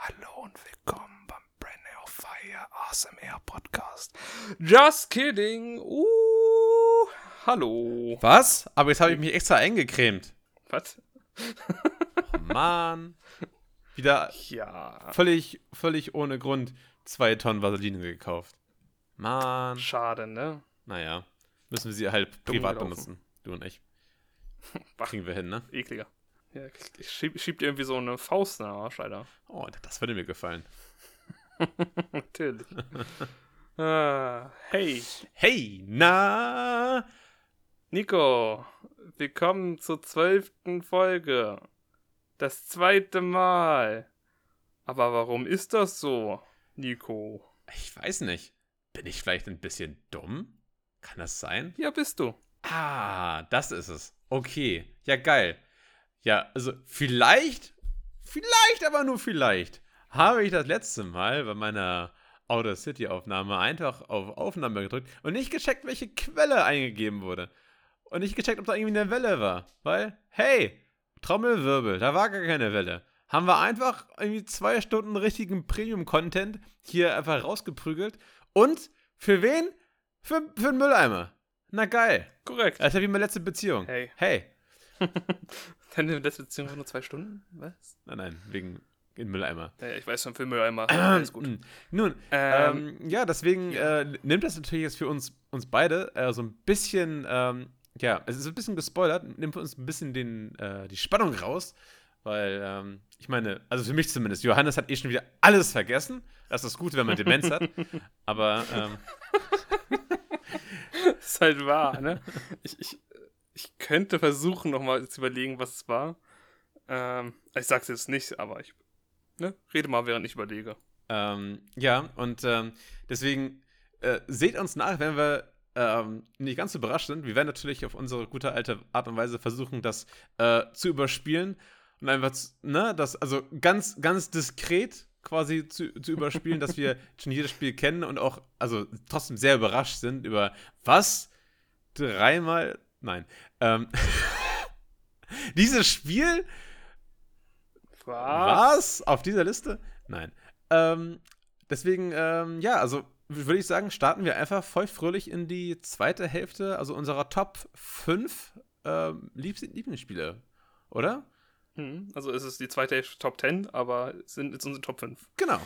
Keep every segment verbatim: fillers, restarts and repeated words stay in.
Hallo und willkommen beim Brand New Fire A S M R Podcast. Just kidding. Uh, hallo. Was? Aber jetzt habe ich mich extra eingecremt. Was? Oh Mann. Wieder Ja. völlig, völlig ohne Grund zwei Tonnen Vaseline gekauft. Mann. Schade, ne? Naja, müssen wir sie halt Dumm privat gelaufen. benutzen. Du und ich. Bah, Kriegen wir hin, ne? ekliger. Ja, ich, ich schieb, schieb dir irgendwie so eine Faust in den Arsch, Alter. Oh, das würde mir gefallen. Natürlich. ah, hey, Hey, na? Nico. Willkommen zur zwölften Folge. Das zweite Mal. Aber warum ist das so, Nico? Ich weiß nicht. Bin ich vielleicht ein bisschen dumm? Kann das sein? Ja, bist du. Ah, das ist es. Okay. Ja, geil. Ja, also vielleicht, vielleicht, aber nur vielleicht, habe ich das letzte Mal bei meiner Outer City-Aufnahme einfach auf Aufnahme gedrückt und nicht gecheckt, welche Quelle eingegeben wurde. Und nicht gecheckt, ob da irgendwie eine Welle war. Weil, hey, Trommelwirbel, da war gar keine Welle. Haben wir einfach irgendwie zwei Stunden richtigen Premium-Content hier einfach rausgeprügelt. Und für wen? Für, für einen Mülleimer. Na geil. Korrekt. Das ist ja wie meine letzte Beziehung. Hey. Hey. Deine letzte Beziehung war nur zwei Stunden? Was? Nein, nein, wegen in Mülleimer. Ja, ich weiß schon, Filme einmal. Alles gut. Nun, Ähm, ähm, ja, deswegen ja. Äh, nimmt das natürlich jetzt für uns, uns beide äh, so ein bisschen, ähm, ja, es ist ein bisschen gespoilert, nimmt für uns ein bisschen den, äh, die Spannung raus, weil, ähm, ich meine, also für mich zumindest, Johannes hat eh schon wieder alles vergessen. Das ist das Gute, wenn man Demenz hat. Aber, ähm, Das ist halt wahr, ne? Ich, ich, ich könnte versuchen, nochmal zu überlegen, was es war. Ähm, ich sag's jetzt nicht, aber ich ne, rede mal, während ich überlege. ähm, ja, und ähm, deswegen äh, seht uns nach, wenn wir ähm, nicht ganz so überrascht sind. Wir werden natürlich auf unsere gute alte Art und Weise versuchen, das äh, zu überspielen und einfach, zu, ne, das, also ganz, ganz diskret quasi zu, zu überspielen, dass wir schon jedes Spiel kennen und auch, also trotzdem sehr überrascht sind über was? Dreimal? Nein. Ähm, dieses Spiel? Was? Auf dieser Liste? Nein. Ähm, deswegen, ähm, ja, also würde ich sagen, starten wir einfach voll fröhlich in die zweite Hälfte, also unserer Top fünf ähm, Lieb- Lieblingsspiele, oder? Hm, also es ist die zweite Hälfte Top zehn, aber es sind jetzt unsere Top fünf. Genau.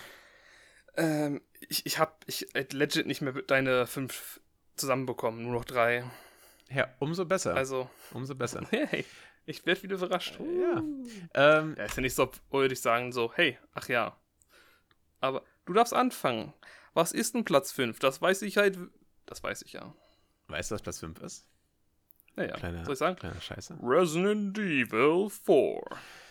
Ähm, ich, ich hab ich äh, legit nicht mehr deine fünf zusammenbekommen, nur noch drei. Ja, umso besser. Also, umso besser. hey, ich werde wieder überrascht. Ja. Ähm, Ja, ist ja nicht so, würde ich sagen, so, hey, ach ja. Aber du darfst anfangen. Was ist denn Platz fünf? Das weiß ich halt, das weiß ich ja. weißt du, was Platz fünf ist? Naja, Kleiner, soll ich sagen? kleiner Scheiße. Resident Evil vier.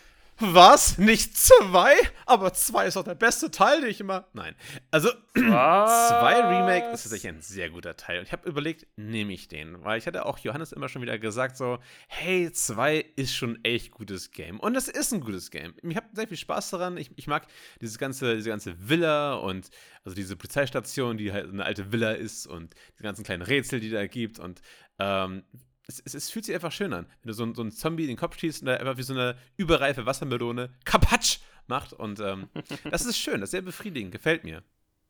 Was? Nicht zwei? Aber zwei ist doch der beste Teil, den ich immer. Nein. Also, zwei Remake ist tatsächlich ein sehr guter Teil. Und ich habe überlegt, nehme ich den? Weil ich hatte auch Johannes immer schon wieder gesagt, so, hey, zwei ist schon echt gutes Game. Und es ist ein gutes Game. Ich habe sehr viel Spaß daran. Ich, ich mag dieses ganze, diese ganze Villa und also diese Polizeistation, die halt eine alte Villa ist und die ganzen kleinen Rätsel, die da gibt. Und ähm, Es, es, es fühlt sich einfach schön an, wenn du so, so einen Zombie in den Kopf schießt und der einfach wie so eine überreife Wassermelone Kapatsch macht. Und ähm, das ist schön, das ist sehr befriedigend, gefällt mir.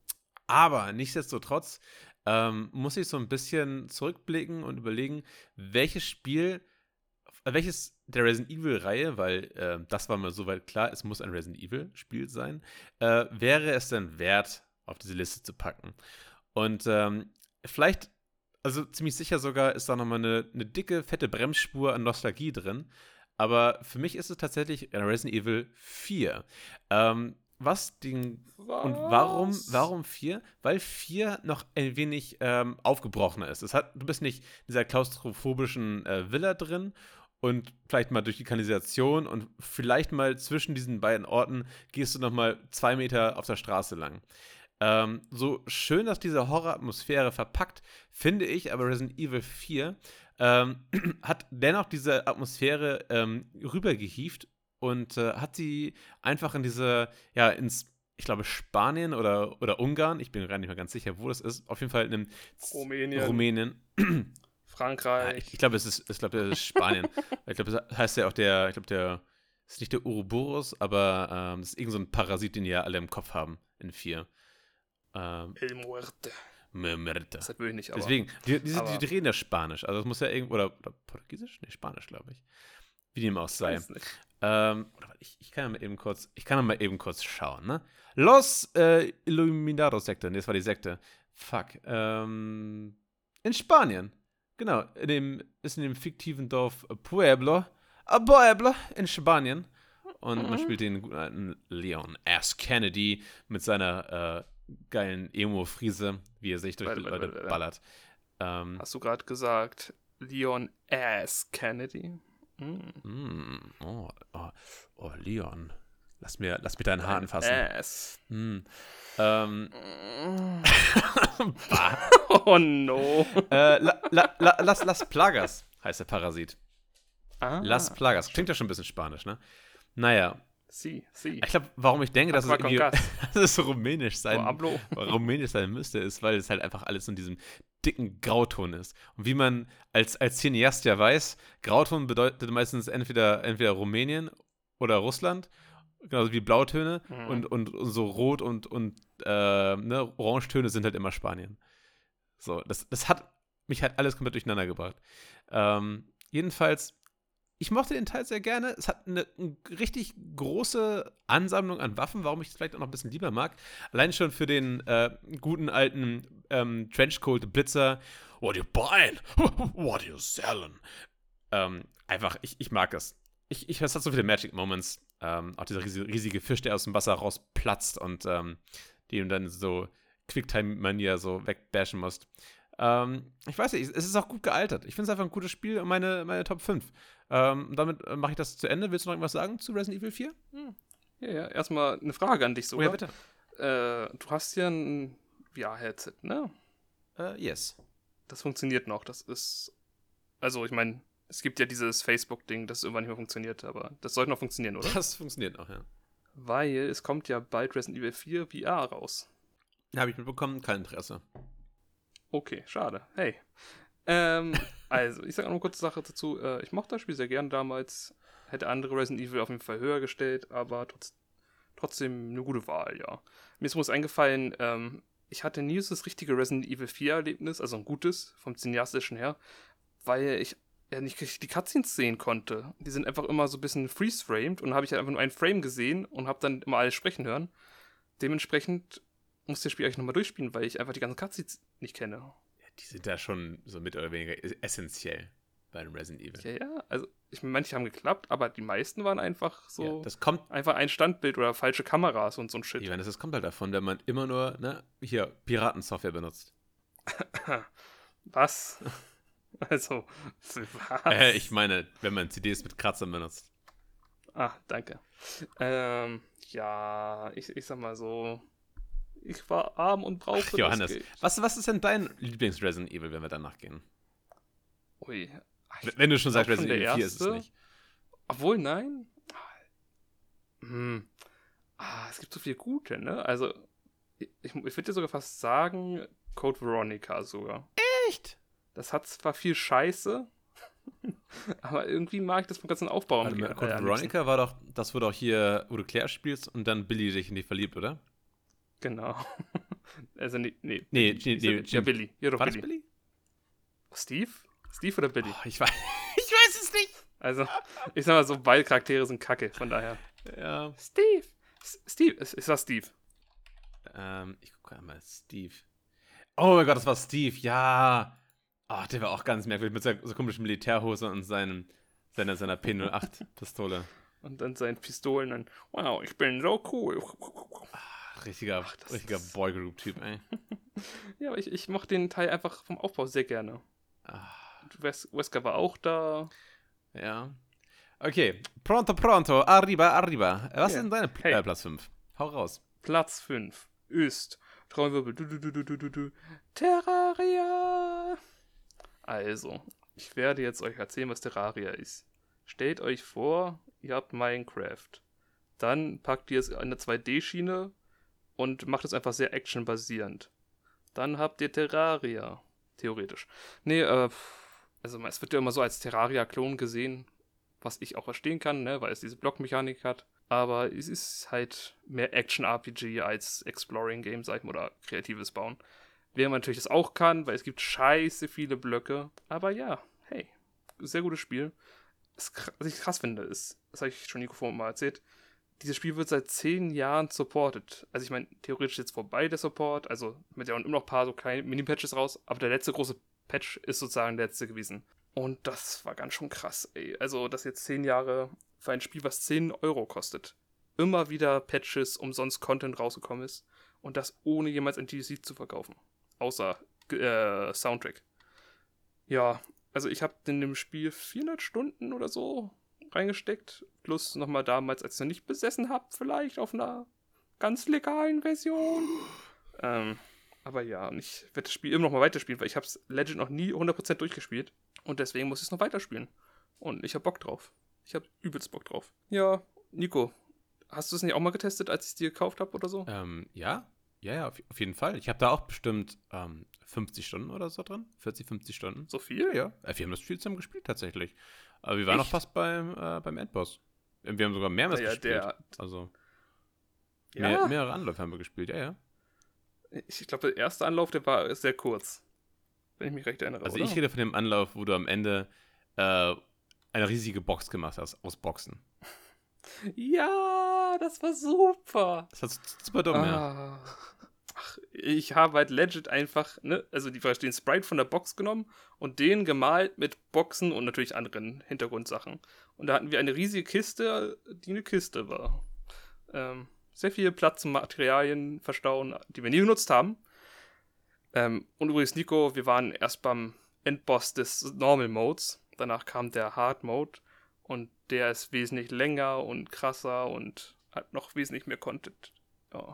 Aber nichtsdestotrotz ähm, muss ich so ein bisschen zurückblicken und überlegen, welches Spiel, welches der Resident Evil-Reihe, weil äh, das war mir soweit klar, es muss ein Resident Evil-Spiel sein, äh, wäre es denn wert, auf diese Liste zu packen. Und ähm, vielleicht also ziemlich sicher sogar ist da nochmal eine, eine dicke, fette Bremsspur an Nostalgie drin. Aber für mich ist es tatsächlich Resident Evil vier. Ähm, was den. Was? Und warum, warum vier? Weil vier noch ein wenig ähm, aufgebrochener ist. Es hat, du bist nicht in dieser klaustrophobischen äh, Villa drin und vielleicht mal durch die Kanalisation und vielleicht mal zwischen diesen beiden Orten gehst du nochmal zwei Meter auf der Straße lang. Ähm, so schön, dass diese Horroratmosphäre verpackt, finde ich, aber Resident Evil vier ähm, hat dennoch diese Atmosphäre ähm, rübergehievt und äh, hat sie einfach in diese, ja, ins, ich glaube, Spanien oder, oder Ungarn, ich bin mir gar nicht mehr ganz sicher, wo das ist, auf jeden Fall in einem Rumänien. Rumänien. Frankreich. Ja, ich, ich glaube, es ist, ich glaube, es ist Spanien. Ich glaube, das heißt ja auch der, ich glaube, der Ist nicht der Ouroboros, aber ähm, das ist irgend so ein Parasit, den die ja alle im Kopf haben. In vier. Ähm, El Muerte. Muerte. Das will ich nicht, aber... Deswegen, die, die, aber die, die reden ja Spanisch. Also das muss ja irgendwo, oder, oder Portugiesisch? Nee, Spanisch, glaube ich. Wie dem auch sei. weiß nicht. Ähm, oder ich, ich kann ja mal eben kurz, ich kann ja mal eben kurz schauen, ne? Los äh, Illuminados-Sekte, ne, das war die Sekte. Fuck. Ähm, in Spanien. Genau, in dem, ist in dem fiktiven Dorf Pueblo. A Pueblo in Spanien. Und man spielt den guten alten Leon S. Kennedy mit seiner äh, geilen Emo-Friese, wie er sich durch Warte, die warte, Leute warte. ballert. Ähm, Hast du gerade gesagt, Leon S. Kennedy? Hm. mm, oh, oh, oh, Leon. Lass mir, lass mir deinen Haar anfassen. S. Mm. Ähm. Oh no. äh, la, la, la, Las, Las Plagas heißt der Parasit. Ah, Las Plagas. Klingt ja schon ein bisschen spanisch, ne? Naja. Sie, sie. Ich glaube, warum ich denke, dass es, irgendwie, dass es rumänisch sein, oh, rumänisch sein müsste, ist, weil es halt einfach alles in diesem dicken Grauton ist. Und wie man als, als Cineast ja weiß, Grauton bedeutet meistens entweder, entweder Rumänien oder Russland, genauso wie Blautöne, mhm. und, und, und so Rot und, und äh, ne, Orangetöne sind halt immer Spanien. So, das, das hat mich halt alles komplett durcheinander gebracht. Ähm, jedenfalls, ich mochte den Teil sehr gerne. Es hat eine, eine richtig große Ansammlung an Waffen, warum ich es vielleicht auch noch ein bisschen lieber mag. Allein schon für den äh, guten alten ähm, Trenchcoat-Blitzer. What you buying? What you selling? Ähm, einfach, ich, ich mag es. Ich, ich, es hat so viele Magic Moments. Ähm, auch dieser riesige, riesige Fisch, der aus dem Wasser rausplatzt und ähm, den du dann so Quicktime-Manier so wegbashen musst. Ähm, ich weiß nicht, es ist auch gut gealtert. Ich finde es einfach ein gutes Spiel und meine, meine Top fünf. Ähm, damit äh, mache ich das zu Ende. Willst du noch irgendwas sagen zu Resident Evil vier? Hm. Ja, ja, erstmal eine Frage an dich sogar. Oh ja, bitte. Äh, du hast ja ein V R-Headset, ne? Uh, yes. Das funktioniert noch. Das ist. Also, ich meine, es gibt ja dieses Facebook-Ding, das irgendwann nicht mehr funktioniert, aber das sollte noch funktionieren, oder? Das funktioniert noch, ja. Weil es kommt ja bald Resident Evil vier V R raus. Ja, habe ich mitbekommen, kein Interesse. Okay, schade. Hey. Ähm, also, ich sage auch noch eine kurze Sache dazu. Äh, ich mochte das Spiel sehr gern damals. Hätte andere Resident Evil auf jeden Fall höher gestellt, aber trotz, trotzdem eine gute Wahl, ja. Mir ist übrigens eingefallen, ähm, ich hatte nie so das richtige Resident Evil vier-Erlebnis, also ein gutes, vom Cineastischen her, weil ich ja nicht richtig die Cutscenes sehen konnte. Die sind einfach immer so ein bisschen freeze-framed und habe ich halt einfach nur einen Frame gesehen und habe dann immer alles sprechen hören. Dementsprechend muss das Spiel eigentlich nochmal durchspielen, weil ich einfach die ganzen Cutscenes nicht kenne. Ja, die sind da schon so mit oder weniger essentiell bei dem Resident Evil. Ja, ja, also ich meine, manche haben geklappt, aber die meisten waren einfach so Ja, das kommt einfach ein Standbild oder falsche Kameras und so ein Shit. Ich meine, das kommt halt davon, wenn man immer nur, ne, hier, Piratensoftware benutzt. Was? Also, was? Äh, ich meine, wenn man C Ds mit Kratzern benutzt. Ah, danke. Ähm, ja, ich, ich sag mal so, ich war arm und brauchte Johannes, das Geld. was, was ist denn dein Lieblings-Resident Evil, wenn wir danach gehen? Ui. W- Wenn du schon sagst, schon Resident der Evil vier ist es erste. nicht. Obwohl, nein. Hm. Ah, es gibt so viele gute, ne? Also, ich, ich würde dir sogar fast sagen, Code Veronica sogar. Echt? Das hat zwar viel Scheiße, aber irgendwie mag ich das vom ganzen Aufbau. Warte mal, am- Code äh, am Veronica war doch, das wo doch hier, wo du Claire spielst und dann Billy sich in dich verliebt, oder? liebsten. Genau. Also, nee, nee. Nee, Billy. nee, nee, ja, Jim- Billy. Ja, doch War das Billy. Billy? Steve? Steve oder Billy? Oh, ich weiß, ich weiß es nicht. Also, ich sag mal so, beide Charaktere sind kacke, von daher. Ja. Steve! S Steve, es, es war Steve. Ähm, ich gucke einmal, Steve. Oh mein Gott, das war Steve, ja. Oh, der war auch ganz merkwürdig mit seiner so komischen Militärhose und seinem, seiner, seiner P null acht Pistole. Und dann seinen Pistolen und, wow, ich bin so cool. Richtiger, Ach, das richtiger ist- Boygroup-Typ, ey. Ja, aber ich, ich mochte den Teil einfach vom Aufbau sehr gerne. Ah, Und Wes Wesker war auch da. ja. Okay, pronto, pronto, arriba, arriba. Was Ja. ist denn deine Pl Hey. äh, Platz fünf? Hau raus. Platz fünf ist Trommelwirbel. Du, du, du, du, du, du, du. Terraria. Also, ich werde jetzt euch erzählen, was Terraria ist. Stellt euch vor, ihr habt Minecraft. Dann packt ihr es in eine zwei D-Schiene und macht es einfach sehr actionbasierend. Dann habt ihr Terraria. Theoretisch. Nee, äh, also es wird ja immer so als Terraria-Klon gesehen. was ich auch verstehen kann, ne, weil es diese Blockmechanik hat. Aber es ist halt mehr Action-R P G als Exploring-Game, sag ich mal, oder kreatives Bauen. Während man natürlich das auch kann, weil es gibt scheiße viele Blöcke. Aber ja, hey, sehr gutes Spiel. Das, was ich krass finde, ist, das habe ich schon Nico vorhin mal erzählt, dieses Spiel wird seit zehn Jahren supported. Also ich meine, theoretisch ist jetzt vorbei der Support, also mit ja immer noch ein paar so kleine Mini-Patches raus, aber der letzte große Patch ist sozusagen der letzte gewesen. Und das war ganz schön krass, ey. Also, dass jetzt zehn Jahre für ein Spiel, was zehn Euro kostet, immer wieder Patches, umsonst Content rausgekommen ist und das ohne jemals ein D L C zu verkaufen. Außer äh, Soundtrack. Ja, also ich habe in dem Spiel vierhundert Stunden oder so reingesteckt, plus nochmal damals, als ich noch nicht besessen habe, vielleicht auf einer ganz legalen Version. ähm, aber ja, und ich werde das Spiel immer noch mal weiterspielen, weil ich habe es Legend noch nie hundert Prozent durchgespielt und deswegen muss ich es noch weiterspielen. Und ich habe Bock drauf. Ich habe übelst Bock drauf. Ja, Nico, hast du es nicht auch mal getestet, als ich es dir gekauft habe oder so? Ähm, ja, ja, ja, auf, auf jeden Fall. Ich habe da auch bestimmt ähm, fünfzig Stunden oder so drin. vierzig, fünfzig Stunden. So viel? Ja, ja. Wir haben das Spiel zusammen gespielt tatsächlich. Aber wir waren Echt? noch fast beim, äh, beim Endboss. Wir haben sogar mehrmals Ja, ja, gespielt. der- Also Ja, mehr, mehrere Anläufe haben wir gespielt, ja, ja. ich glaube, der erste Anlauf, der war sehr kurz. Wenn ich mich recht erinnere, Also oder? ich rede von dem Anlauf, wo du am Ende äh, eine riesige Box gemacht hast, aus Boxen. Ja, das war super. Das war super dumm, ja. Ah. Ach, ich habe halt legit einfach, ne, also die den Sprite von der Box genommen und den gemalt mit Boxen und natürlich anderen Hintergrundsachen. Und da hatten wir eine riesige Kiste, die eine Kiste war. Ähm, sehr viel Platz zum Materialien verstauen, die wir nie genutzt haben. Ähm, und übrigens, Nico, wir waren erst beim Endboss des Normal Modes. Danach kam der Hard Mode und der ist wesentlich länger und krasser und hat noch wesentlich mehr Content. Ja.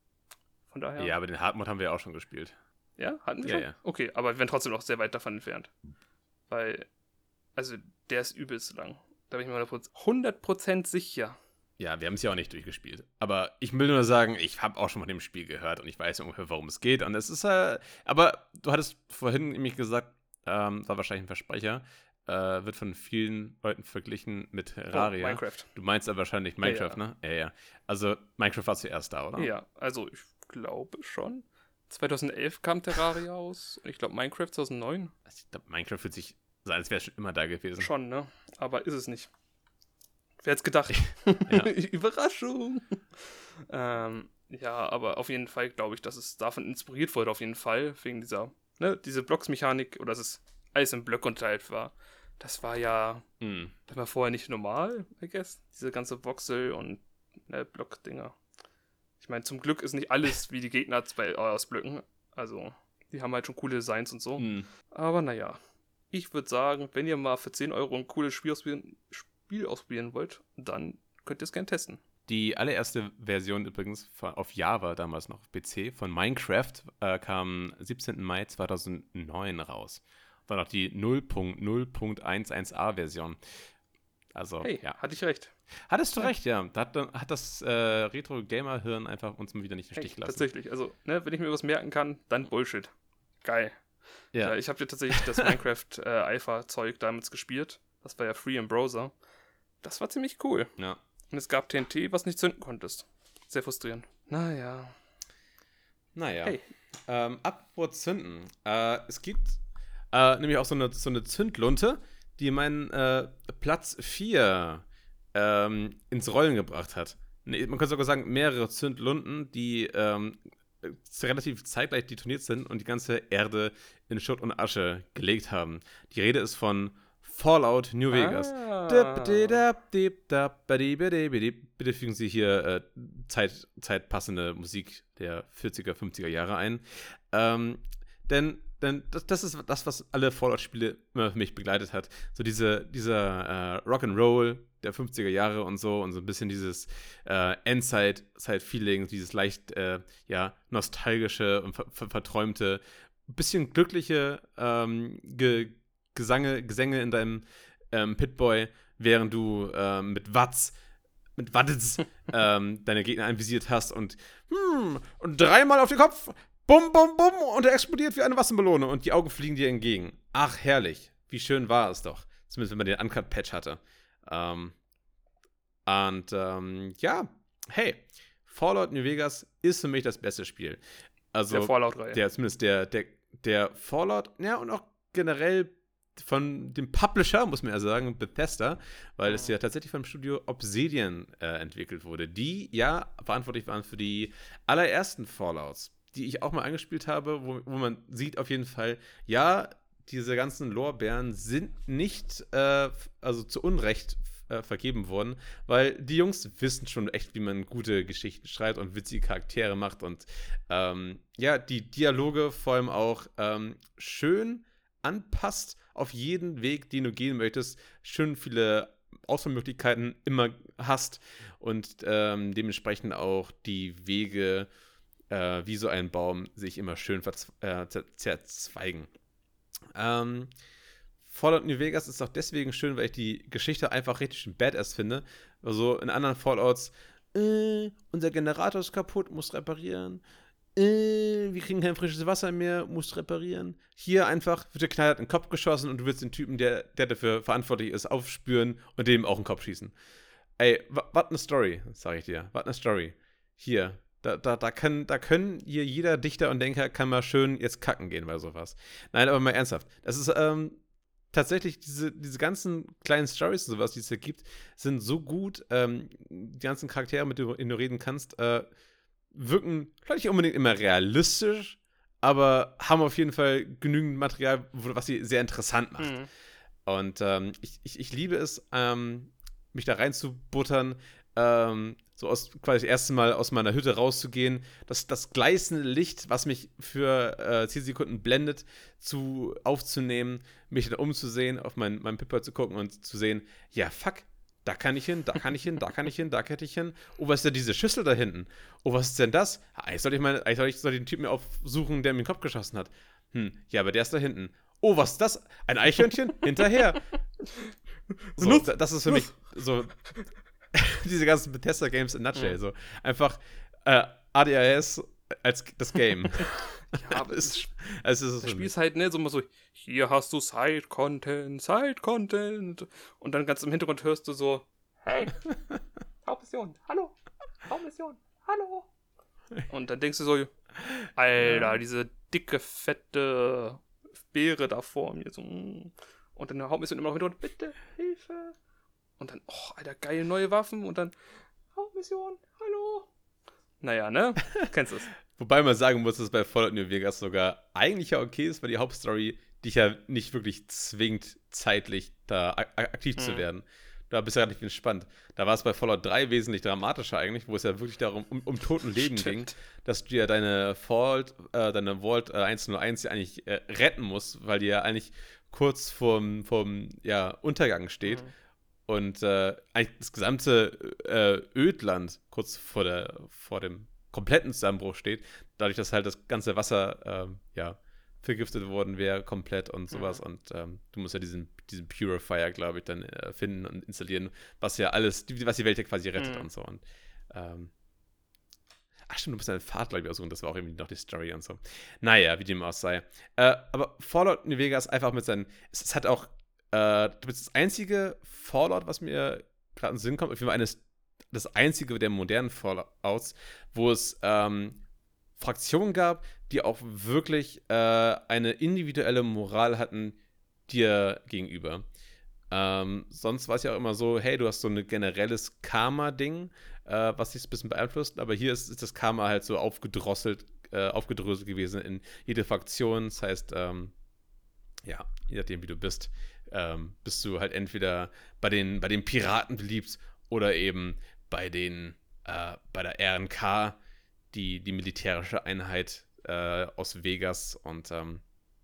Von daher. Ja, aber den Hardmode haben wir ja auch schon gespielt. Ja, hatten wir Ja, schon? ja. Okay, aber wir werden trotzdem noch sehr weit davon entfernt. Weil, also, der ist übelst lang. Da bin ich mir hundert Prozent sicher. Ja, wir haben es ja auch nicht durchgespielt. Aber ich will nur sagen, ich habe auch schon von dem Spiel gehört und ich weiß ungefähr, worum es geht. Und es ist äh, aber du hattest vorhin nämlich gesagt, ähm, war wahrscheinlich ein Versprecher, äh, wird von vielen Leuten verglichen mit Terraria. Oh, Minecraft. Du meinst aber wahrscheinlich Minecraft, Ja, ja. ne? Ja, ja. Also Minecraft war zuerst da, oder? Ja, also ich glaube schon. zweitausendelf kam Terraria aus. Und ich glaube Minecraft zweitausendneun. Also ich glaube, Minecraft fühlt sich so, als wäre es schon immer da gewesen. Schon, ne? Aber ist es nicht. Wer hätte es gedacht? Ja. Überraschung! ähm, ja, aber auf jeden Fall glaube ich, dass es davon inspiriert wurde, auf jeden Fall. Wegen dieser, ne, diese Blocksmechanik, oder dass es alles in Blöcke unterteilt war. Das war ja, Hm. das war vorher nicht normal, I guess. Diese ganze Voxel und ne, Blockdinger. Ich meine, zum Glück ist nicht alles wie die Gegner bei, aus Blöcken. Also, die haben halt schon coole Designs und so. Hm. Aber naja, ich würde sagen, wenn ihr mal für zehn Euro ein cooles Spiel ausprobieren, Spiel ausprobieren wollt, dann könnt ihr es gerne testen. Die allererste Version übrigens von, auf Java, damals noch auf P C, von Minecraft äh, kam siebzehnten Mai zweitausendneun raus. War noch die null Punkt null Punkt elf a Version. Also, Hey, ja. hatte ich recht. Hattest du recht, ja. Da hat, hat das äh, Retro-Gamer-Hirn einfach uns mal wieder nicht im Hey, Stich gelassen. tatsächlich, also, ne, wenn ich mir was merken kann, dann Bullshit. Geil. Ja. Ja, ich habe ja tatsächlich das Minecraft äh, Alpha-Zeug damals gespielt. Das war ja free im Browser. Das war ziemlich cool. ja. Und es gab T N T, was nicht zünden konntest. Sehr frustrierend. Naja. Naja. Hey. Ähm, apropos Zünden. Äh, es gibt äh, nämlich auch so eine, so eine Zündlunte, die meinen äh, Platz vier ähm, ins Rollen gebracht hat. Nee, man könnte sogar sagen, mehrere Zündlunten, die ähm, relativ zeitgleich detoniert sind und die ganze Erde in Schutt und Asche gelegt haben. Die Rede ist von Fallout New Vegas. Ah. Bitte fügen Sie hier äh, Zeit, zeitpassende Musik der vierziger, fünfziger Jahre ein. Ähm, denn denn das, das ist das, was alle Fallout-Spiele immer für mich begleitet hat. So diese, dieser äh, Rock'n'Roll der fünfziger Jahre und so und so ein bisschen dieses äh, Endzeit-Feeling, dieses leicht äh, ja, nostalgische und ver ver verträumte, bisschen glückliche ähm, Ge Gesange, Gesänge in deinem ähm, Pit-Boy, während du ähm, mit Watts, mit Wattens ähm, deine Gegner anvisiert hast und, hm, und dreimal auf den Kopf, bum, bum, bum, und er explodiert wie eine Wassermelone und die Augen fliegen dir entgegen. Ach, herrlich. Wie schön war es doch. Zumindest, wenn man den Uncut-Patch hatte. Ähm, und ähm, ja, hey, Fallout New Vegas ist für mich das beste Spiel. Also der Fallout-Reihe. Der, zumindest der, der, der Fallout, ja, und auch generell von dem Publisher, muss man ja sagen, Bethesda, weil mhm. es ja tatsächlich vom Studio Obsidian äh, entwickelt wurde, die ja verantwortlich waren für die allerersten Fallouts, die ich auch mal angespielt habe, wo, wo man sieht auf jeden Fall, ja, diese ganzen Lorbeeren sind nicht, äh, also zu Unrecht äh, vergeben worden, weil die Jungs wissen schon echt, wie man gute Geschichten schreibt und witzige Charaktere macht und ähm, ja, die Dialoge vor allem auch ähm, schön anpasst auf jeden Weg, den du gehen möchtest, schön viele Auswahlmöglichkeiten immer hast und ähm, dementsprechend auch die Wege, äh, wie so ein Baum, sich immer schön verzwe- äh, zer- zerzweigen. Ähm, Fallout New Vegas ist auch deswegen schön, weil ich die Geschichte einfach richtig schön badass finde. Also in anderen Fallouts, äh, unser Generator ist kaputt, muss reparieren. Äh, wir kriegen kein frisches Wasser mehr, muss reparieren. Hier einfach wird der Knallhart in den Kopf geschossen und du willst den Typen, der, der dafür verantwortlich ist, aufspüren und dem auch in den Kopf schießen. Ey, was eine Story, sag ich dir. Was eine Story. Hier, da, da, da, kann, da können hier jeder Dichter und Denker kann mal schön jetzt kacken gehen bei sowas. Nein, aber mal ernsthaft. Das ist, ähm, tatsächlich, diese, diese ganzen kleinen Stories und sowas, die es hier gibt, sind so gut. Ähm, die ganzen Charaktere, mit denen du reden kannst, äh, wirken vielleicht nicht unbedingt immer realistisch, aber haben auf jeden Fall genügend Material, was sie sehr interessant macht. Mhm. Und ähm, ich, ich, ich liebe es, ähm, mich da reinzubuttern, ähm, so aus, quasi das erste Mal aus meiner Hütte rauszugehen, das, das gleißende Licht, was mich für äh, zehn Sekunden blendet, zu, aufzunehmen, mich dann umzusehen, auf mein, meinen Pipper zu gucken und zu sehen, ja, fuck, da kann ich hin, da kann ich hin, da kann ich hin, da kann ich hin. Oh, was ist denn diese Schüssel da hinten? Oh, was ist denn das? Eigentlich sollte ich, meine, eigentlich soll ich soll den Typen mir aufsuchen, der mir den Kopf geschossen hat. Hm, ja, aber der ist da hinten. Oh, was ist das? Ein Eichhörnchen? Hinterher. So, das ist für mich so diese ganzen Bethesda-Games in Nutshell. Ja. So. Einfach äh, A D H S als das Game. Ja, aber es ist, es ist das Spiel ist halt, ne, so mal so, hier hast du Side-Content, Side-Content. Und dann ganz im Hintergrund hörst du so, hey, Hauptmission, hallo, Hauptmission, hallo. Und dann denkst du so, Alter, ja. diese dicke, fette Beere da vor mir. So, und dann der Hauptmission immer noch hintergrund, bitte, Hilfe. Und dann, oh, Alter, geile neue Waffen. Und dann, Hauptmission, hallo. Naja, ne? Kennst du es. Wobei man sagen muss, dass bei Fallout New Vegas sogar eigentlich ja okay ist, weil die Hauptstory dich ja nicht wirklich zwingt, zeitlich da ak- aktiv mhm. zu werden. Da bist du ja nicht entspannt. Da war es bei Fallout drei wesentlich dramatischer eigentlich, wo es ja wirklich darum, um, um Toten Leben ging, dass du ja deine Vault, äh, deine Vault äh, hunderteins ja eigentlich äh, retten musst, weil die ja eigentlich kurz vorm, vorm ja, Untergang steht. Mhm. Und äh, eigentlich das gesamte äh, Ödland kurz vor, der, vor dem kompletten Zusammenbruch steht, dadurch, dass halt das ganze Wasser äh, ja, vergiftet worden wäre, komplett und sowas. Mhm. Und ähm, du musst ja diesen, diesen Purifier, glaube ich, dann äh, finden und installieren, was ja alles, was die Welt ja quasi rettet mhm. und so. Und, ähm, ach stimmt, du musst deine Fahrt, glaube ich, aussuchen, das war auch irgendwie noch die Story und so. Naja, wie dem auch sei. Äh, aber Fallout New Vegas einfach mit seinen, es, es hat auch Äh, du bist das einzige Fallout, was mir gerade in den Sinn kommt, auf jeden Fall eines, das einzige der modernen Fallouts, wo es ähm, Fraktionen gab, die auch wirklich äh, eine individuelle Moral hatten dir gegenüber. Ähm, sonst war es ja auch immer so, hey, du hast so ein generelles Karma-Ding, äh, was dich ein bisschen beeinflusst, aber hier ist, ist das Karma halt so aufgedrosselt, äh, aufgedröselt gewesen in jede Fraktion. Das heißt, ähm, ja, je nachdem, wie du bist, ähm, bist du halt entweder bei den, bei den Piraten beliebt oder eben bei den, äh, bei der R N K, die, die militärische Einheit äh, aus Vegas. Und ähm,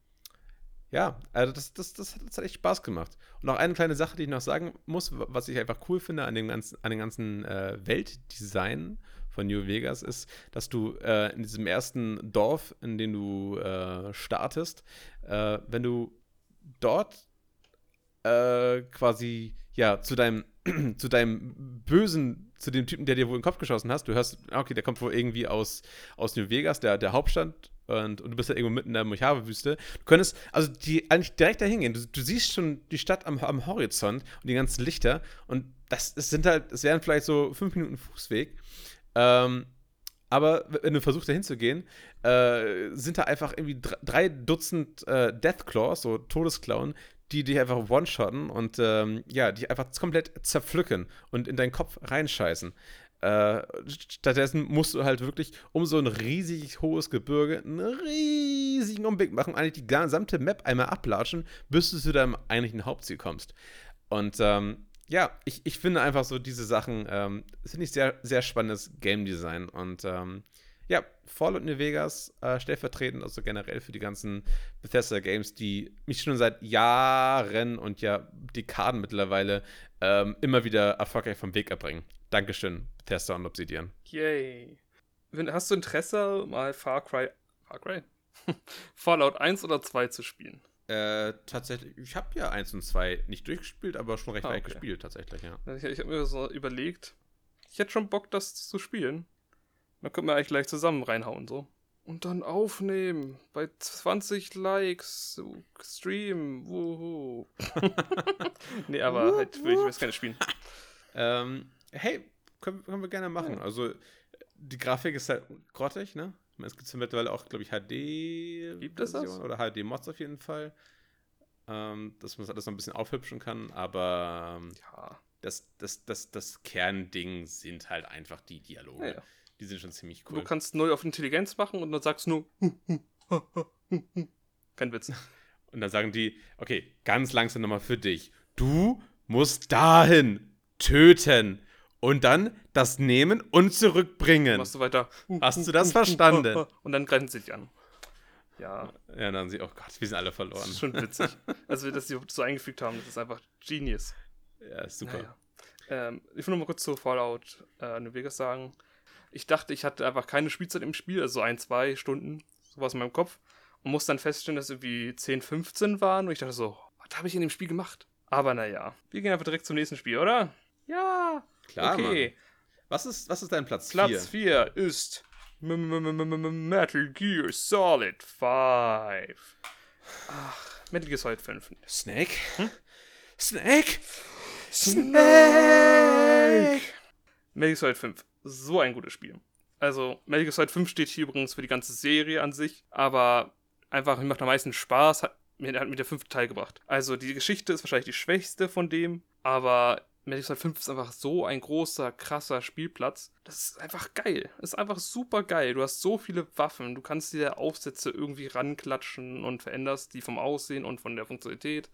ja, also das, das, das, hat, das hat echt Spaß gemacht. Und noch eine kleine Sache, die ich noch sagen muss, was ich einfach cool finde an dem ganzen, an dem ganzen äh, Weltdesign von New Vegas ist, dass du äh, in diesem ersten Dorf, in dem du äh, startest, äh, wenn du dort äh, quasi, ja, zu deinem, zu deinem Bösen, zu dem Typen, der dir wohl in den Kopf geschossen hast. Du hörst, okay, der kommt wohl irgendwie aus, aus New Vegas, der, der Hauptstadt, und, und du bist ja irgendwo mitten in der Mojave-Wüste. Du könntest, also die eigentlich direkt dahin gehen. Du, du siehst schon die Stadt am, am Horizont und die ganzen Lichter, und das, das sind halt, es wären vielleicht so fünf Minuten Fußweg. Ähm, aber wenn du versuchst, da hinzugehen, äh, sind da einfach irgendwie drei Dutzend äh, Deathclaws, so Todesklauen, die dich einfach one-shotten und ähm, ja, die einfach komplett zerpflücken und in deinen Kopf reinscheißen. Äh, stattdessen musst du halt wirklich um so ein riesig hohes Gebirge einen riesigen Umweg machen, eigentlich die gesamte Map einmal ablatschen, bis du zu deinem eigentlichen Hauptziel kommst. Und ähm, ja, ich, ich finde einfach so diese Sachen, ähm, finde ich sehr, sehr spannendes Game Design. Und ähm, ja, Fallout New Vegas, äh, stellvertretend, also generell für die ganzen Bethesda-Games, die mich schon seit Jahren und ja Dekaden mittlerweile ähm, immer wieder erfolgreich vom Weg erbringen. Dankeschön, Bethesda und Obsidian. Yay. Hast du Interesse, mal Far Cry, Far Cry? Fallout eins oder zwei zu spielen? Äh, tatsächlich, ich habe ja eins und zwei nicht durchgespielt, aber schon recht ah, weit okay. gespielt, tatsächlich, ja. Ich, ich habe mir so überlegt, ich hätte schon Bock, das zu spielen. Dann können wir eigentlich gleich zusammen reinhauen, so. Und dann aufnehmen, bei zwanzig Likes, so, Stream, wuhu. Nee, aber halt will ich das gerne spielen. ähm, hey, können, können wir gerne machen. Ja. Also, die Grafik ist halt grottig, ne? Es gibt mittlerweile auch, glaube ich, H D Gibt es das? Oder H D-Mods auf jeden Fall. Ähm, dass man das alles noch ein bisschen aufhübschen kann, aber ähm, ja. das, das, das, das Kernding sind halt einfach die Dialoge. Ja, ja. Die sind schon ziemlich cool. Du kannst null auf Intelligenz machen und dann sagst du nur kein Witz. Und dann sagen die, okay, ganz langsam nochmal für dich. Du musst dahin töten. Und dann das nehmen und zurückbringen. Machst du weiter. Hast du das verstanden? Und dann greifen sie dich an. Ja. Ja, dann sie, oh Gott, wir sind alle verloren. Das ist schon witzig. Also, dass sie so eingefügt haben, das ist einfach genius. Ja, ist super. Naja. Ähm, ich will noch mal kurz zu Fallout äh, New Vegas sagen. Ich dachte, ich hatte einfach keine Spielzeit im Spiel, also ein, zwei Stunden, sowas in meinem Kopf. Und musste dann feststellen, dass es irgendwie zehn, fünfzehn waren. Und ich dachte so, was habe ich in dem Spiel gemacht? Aber naja, wir gehen einfach direkt zum nächsten Spiel, oder? Ja. Klar, okay. Mann. Was ist, was ist dein Platz vier? Platz vier ist Metal Gear Solid fünf. Ach, Metal Gear Solid fünf. Snake? Hm? Snake? Snake! Metal Gear Solid fünf. So ein gutes Spiel. Also, Metal Gear Solid fünf steht hier übrigens für die ganze Serie an sich, aber einfach, mir macht am meisten Spaß, hat mir, hat mir der fünfte Teil gebracht. Also, die Geschichte ist wahrscheinlich die schwächste von dem, aber Metal Gear Solid fünf ist einfach so ein großer, krasser Spielplatz. Das ist einfach geil. Das ist einfach super geil. Du hast so viele Waffen. Du kannst dir Aufsätze irgendwie ranklatschen und veränderst die vom Aussehen und von der Funktionalität.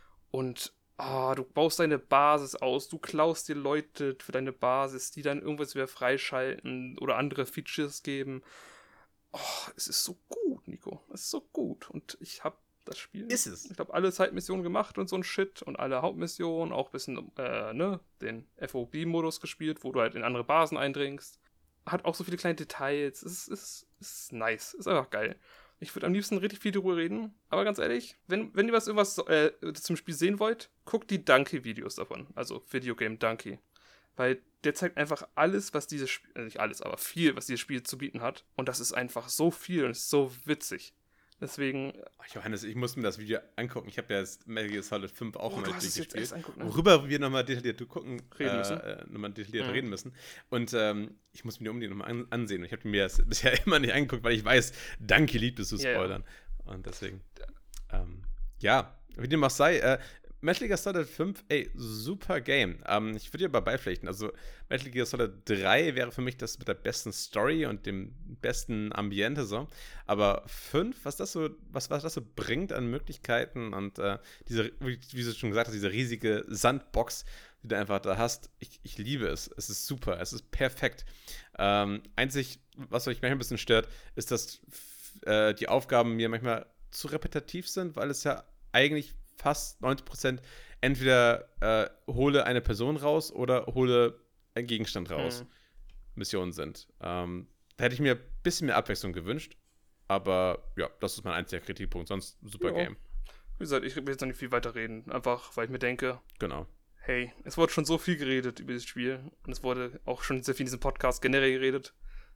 Und oh, du baust deine Basis aus. Du klaust dir Leute für deine Basis, die dann irgendwas wieder freischalten oder andere Features geben. Oh, es ist so gut, Nico. Es ist so gut. Und ich habe das Spiel. Ist es? Ich glaube, alle Zeitmissionen gemacht und so ein Shit und alle Hauptmissionen, auch ein bisschen, äh, ne, den F O B-Modus gespielt, wo du halt in andere Basen eindringst. Hat auch so viele kleine Details. Es ist, ist, ist nice. Ist einfach geil. Ich würde am liebsten richtig viel darüber reden, aber ganz ehrlich, wenn, wenn ihr was irgendwas äh, zum Spiel sehen wollt, guckt die Donkey-Videos davon. Also Videogame Donkey. Weil der zeigt einfach alles, was dieses Spiel, äh, nicht alles, aber viel, was dieses Spiel zu bieten hat. Und das ist einfach so viel und ist so witzig. Deswegen. Ach, Johannes, ich muss mir das Video angucken. Ich habe ja das Metal Gear Solid fünf auch oh, mal durchgespielt. Ne? Worüber wir nochmal detailliert gucken, reden müssen. Äh, nochmal detailliert mhm. reden müssen. Und ähm, ich muss mir die unbedingt nochmal an- ansehen. Und ich habe mir das bisher immer nicht angeguckt, weil ich weiß, Danke liebt es zu spoilern. Ja, ja. Und deswegen. Ähm, ja, wie dem auch sei, äh, Metal Gear Solid fünf, ey, super Game. Ähm, ich würde dir aber beipflichten. Also, Metal Gear Solid drei wäre für mich das mit der besten Story und dem besten Ambiente so. Aber fünf, was das so, was, was das so bringt an Möglichkeiten und äh, diese, wie, wie du schon gesagt hast, diese riesige Sandbox, die du einfach da hast, ich, ich liebe es. Es ist super, es ist perfekt. Ähm, einzig, was mich manchmal ein bisschen stört, ist, dass äh, die Aufgaben mir manchmal zu repetitiv sind, weil es ja eigentlich fast neunzig Prozent entweder äh, hole eine Person raus oder hole einen Gegenstand raus. Hm. Missionen sind. Ähm, da hätte ich mir ein bisschen mehr Abwechslung gewünscht. Aber ja, das ist mein einziger Kritikpunkt. Sonst super jo. Game. Wie gesagt, ich will jetzt noch nicht viel weiter reden. Einfach, weil ich mir denke, Genau. Hey, es wurde schon so viel geredet über dieses Spiel. Und es wurde auch schon sehr viel in diesem Podcast generell geredet.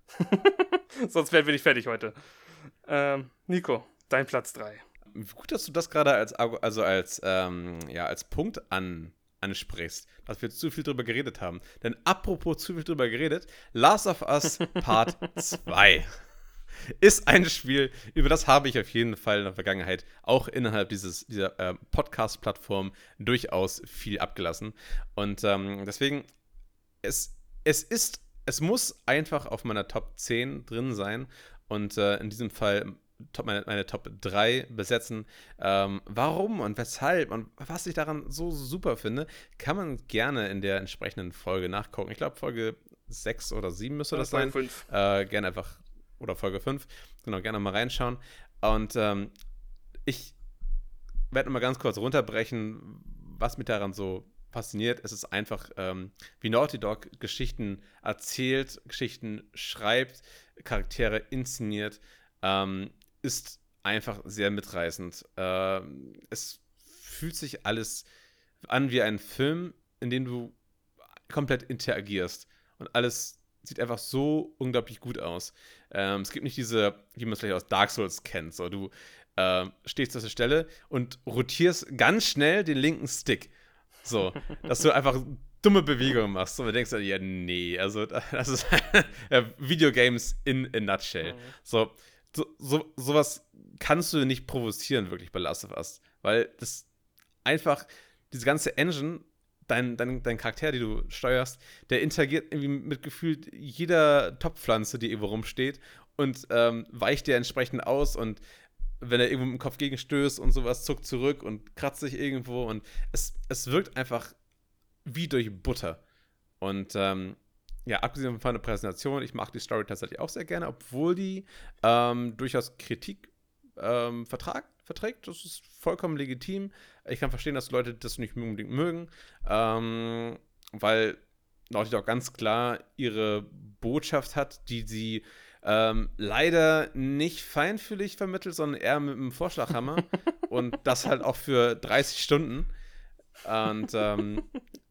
Sonst wären wir nicht fertig heute. Ähm, Nico, dein Platz drei. Gut, dass du das gerade als, also als, ähm, ja, als Punkt an, ansprichst, dass wir zu viel drüber geredet haben. Denn apropos zu viel drüber geredet, Last of Us Part zwei ist ein Spiel, über das habe ich auf jeden Fall in der Vergangenheit auch innerhalb dieses, dieser äh, Podcast-Plattform durchaus viel abgelassen. Und ähm, deswegen, es, es ist, es muss einfach auf meiner Top zehn drin sein. Und äh, in diesem Fall Top, meine, meine Top drei besetzen. Ähm, warum und weshalb und was ich daran so super finde, kann man gerne in der entsprechenden Folge nachgucken. Ich glaube, Folge sechs oder sieben müsste das sein. Folge fünf. Äh, gerne einfach, oder Folge fünf. Genau, gerne mal reinschauen. Und ähm, ich werde mal ganz kurz runterbrechen, was mich daran so fasziniert. Es ist einfach, ähm, wie Naughty Dog Geschichten erzählt, Geschichten schreibt, Charaktere inszeniert. Ähm, ist einfach sehr mitreißend. Äh, es fühlt sich alles an wie ein Film, in dem du komplett interagierst. Und alles sieht einfach so unglaublich gut aus. Ähm, es gibt nicht diese, wie man es vielleicht aus Dark Souls kennt. So, du äh, stehst auf der Stelle und rotierst ganz schnell den linken Stick. So, dass du einfach dumme Bewegungen machst. Und du denkst dann, ja, nee, also das ist Videogames in a nutshell. Mhm. So, So, so, sowas kannst du nicht provozieren, wirklich bei Last of Us. Weil das einfach, diese ganze Engine, dein, dein, dein Charakter, den du steuerst, der interagiert irgendwie mit gefühlt jeder Topfpflanze, die irgendwo rumsteht und ähm, weicht dir entsprechend aus und wenn er irgendwo mit dem Kopf gegenstößt und sowas, zuckt zurück und kratzt sich irgendwo und es, es wirkt einfach wie durch Butter. Und ähm, ja, abgesehen von der Präsentation, ich mag die Story tatsächlich auch sehr gerne, obwohl die ähm, durchaus Kritik ähm, vertrag, verträgt. Das ist vollkommen legitim. Ich kann verstehen, dass Leute das nicht unbedingt mögen, ähm, weil Naughty Dog ganz klar ihre Botschaft hat, die sie ähm, leider nicht feinfühlig vermittelt, sondern eher mit einem Vorschlaghammer und das halt auch für dreißig Stunden. Und ähm,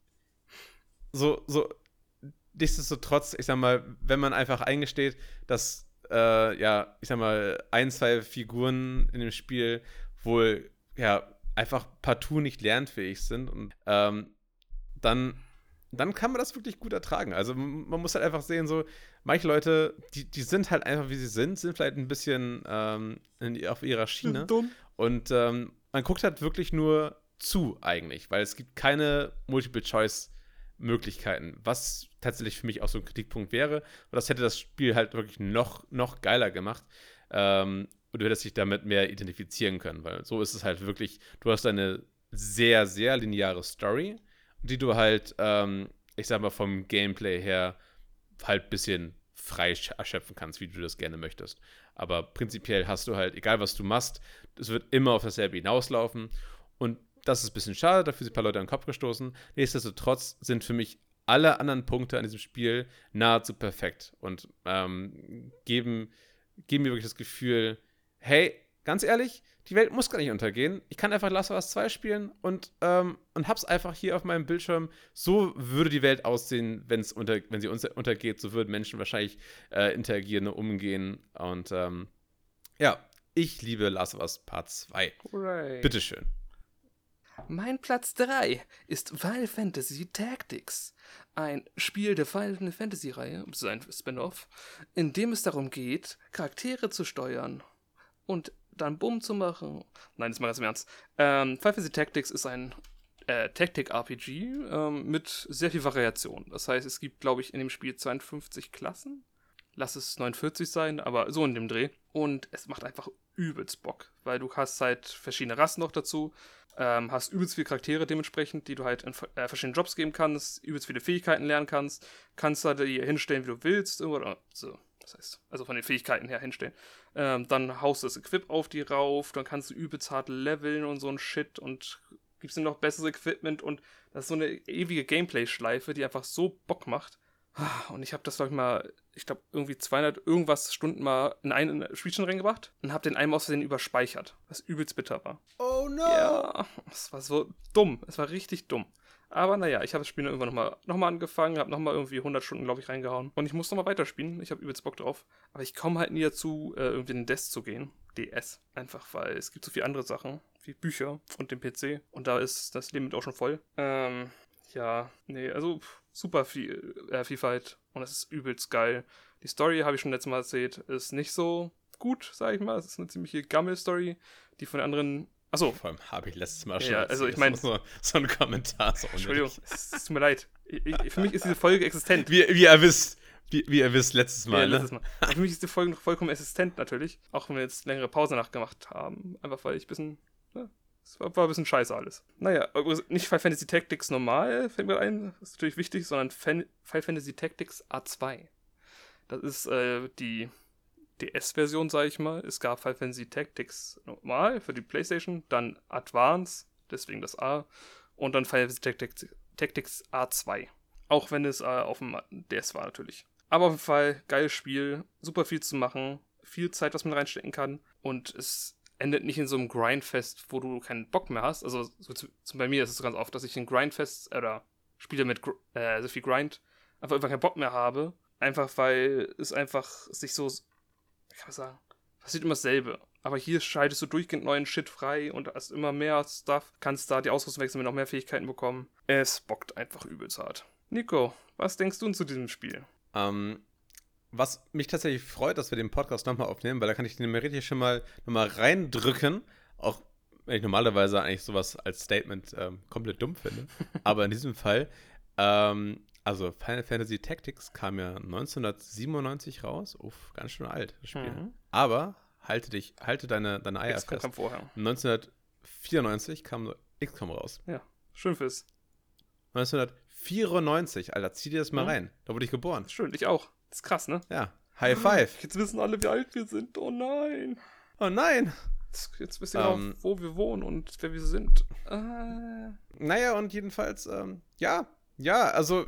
so, so nichtsdestotrotz, ich sag mal, wenn man einfach eingesteht, dass, äh, ja, ich sag mal, ein, zwei Figuren in dem Spiel wohl, ja, einfach partout nicht lernfähig sind und ähm, dann, dann kann man das wirklich gut ertragen. Also man muss halt einfach sehen, so, manche Leute, die, die sind halt einfach, wie sie sind, sind vielleicht ein bisschen ähm, in, auf ihrer Schiene. Dumm. Und ähm, man guckt halt wirklich nur zu eigentlich, weil es gibt keine Multiple-Choice- Möglichkeiten, was tatsächlich für mich auch so ein Kritikpunkt wäre. Und das hätte das Spiel halt wirklich noch, noch geiler gemacht. Ähm, und du hättest dich damit mehr identifizieren können, weil so ist es halt wirklich, du hast eine sehr, sehr lineare Story, die du halt, ähm, ich sag mal, vom Gameplay her halt ein bisschen frei erschöpfen kannst, wie du das gerne möchtest. Aber prinzipiell hast du halt, egal was du machst, es wird immer auf dasselbe hinauslaufen. Und das ist ein bisschen schade, dafür sind ein paar Leute an den Kopf gestoßen. Nichtsdestotrotz sind für mich alle anderen Punkte an diesem Spiel nahezu perfekt und ähm, geben, geben mir wirklich das Gefühl, hey, ganz ehrlich, die Welt muss gar nicht untergehen. Ich kann einfach Last of Us zwei spielen und, ähm, und hab's einfach hier auf meinem Bildschirm. So würde die Welt aussehen, wenn's unter, wenn sie untergeht. So würden Menschen wahrscheinlich äh, interagieren, umgehen. Und ähm, ja, ich liebe Last of Us Part zwei. Hooray. Bitteschön. Mein Platz drei ist Final Fantasy Tactics. Ein Spiel der Final Fantasy-Reihe, das ist ein Spin-off, in dem es darum geht, Charaktere zu steuern und dann Bumm zu machen. Nein, das mal ganz im Ernst. Ähm, Final Fantasy Tactics ist ein äh, Tactic-R P G ähm, mit sehr viel Variation. Das heißt, es gibt, glaube ich, in dem Spiel zweiundfünfzig Klassen. Lass es neunundvierzig sein, aber so in dem Dreh. Und es macht einfach übelst Bock, weil du hast halt verschiedene Rassen noch dazu. Ähm, hast übelst viele Charaktere dementsprechend, die du halt in äh, verschiedenen Jobs geben kannst, übelst viele Fähigkeiten lernen kannst, kannst da die hinstellen, wie du willst, oder so, das heißt, also von den Fähigkeiten her hinstellen. Ähm, dann haust du das Equip auf die rauf, dann kannst du übelst hart leveln und so ein Shit und gibst ihm noch besseres Equipment und das ist so eine ewige Gameplay-Schleife, die einfach so Bock macht. Und ich habe das, glaube ich, mal ich glaube, irgendwie zweihundert irgendwas Stunden mal in einen Spielchen reingebracht und habe den einmal aus Versehen überspeichert, was übelst bitter war. Oh no! Ja, es war so dumm. Es war richtig dumm. Aber naja, ich habe das Spiel dann irgendwann nochmal noch mal angefangen, habe nochmal irgendwie hundert Stunden, glaube ich, reingehauen. Und ich muss nochmal weiterspielen. Ich habe übelst Bock drauf. Aber ich komme halt nie dazu, äh, irgendwie in den D E S zu gehen. D S. Einfach, weil es gibt so viele andere Sachen, wie Bücher und den P C. Und da ist das Limit auch schon voll. Ähm, ja, nee, also pff, super viel äh, Vielfalt. Und es ist übelst geil. Die Story, habe ich schon letztes Mal erzählt, ist nicht so gut, sag ich mal. Es ist eine ziemliche Gammel-Story, die von den anderen... Achso. Vor allem habe ich letztes Mal schon ja, also ich meine, so, so ein Kommentar. So Entschuldigung, es, es tut mir leid. Ich, ich, für mich ist diese Folge existent. Wie, wie ihr wisst, wie, wie ihr wisst, letztes Mal, ja, ne? Letztes Mal. Aber für mich ist die Folge noch vollkommen existent natürlich. Auch wenn wir jetzt längere Pause nachgemacht haben. Einfach weil ich ein bisschen, ne, es war, war ein bisschen scheiße alles. Naja, nicht Final Fantasy Tactics normal, fällt mir ein, das ist natürlich wichtig, sondern Fan, Final Fantasy Tactics A zwei. Das ist äh, die D S-Version, sage ich mal. Es gab Final Fantasy Tactics normal für die PlayStation, dann Advance, deswegen das A, und dann Final Fantasy Tactics, Tactics A zwei. Auch wenn es äh, auf dem D S war natürlich. Aber auf jeden Fall, geiles Spiel, super viel zu machen, viel Zeit, was man reinstecken kann, und es endet nicht in so einem Grindfest, wo du keinen Bock mehr hast. Also so, so, bei mir ist es so ganz oft, dass ich in Grindfest oder Spiele mit äh, so viel Grind einfach einfach keinen Bock mehr habe. Einfach weil es einfach sich so, ich kann sagen, passiert immer dasselbe. Aber hier schaltest du durchgehend neuen Shit frei und hast immer mehr Stuff, kannst da die Ausrüstung wechseln, noch mehr Fähigkeiten bekommen. Es bockt einfach übelst hart. Nico, was denkst du zu diesem Spiel? Ähm, was mich tatsächlich freut, dass wir den Podcast nochmal aufnehmen, weil da kann ich den richtig schon mal nochmal reindrücken, auch wenn ich normalerweise eigentlich sowas als Statement ähm, komplett dumm finde. Aber in diesem Fall, ähm, also Final Fantasy Tactics kam ja neunzehnhundertsiebenundneunzig raus. Uff, ganz schön alt, das Spiel. Mhm. Aber halte dich, halte deine, deine Eier X-Com fest. Kam vorher. neunzehnhundertvierundneunzig kam X COM raus. Ja, schön fürs. neunzehnhundertvierundneunzig, Alter, zieh dir das mal mhm. rein. Da wurde ich geboren. Schön, ich auch. Das ist krass, ne? Ja, High Five. Jetzt wissen alle, wie alt wir sind. Oh nein. Oh nein. Jetzt, jetzt wissen wir ähm, auch, wo wir wohnen und wer wir sind. Äh. Naja, und jedenfalls, ähm, ja, ja, also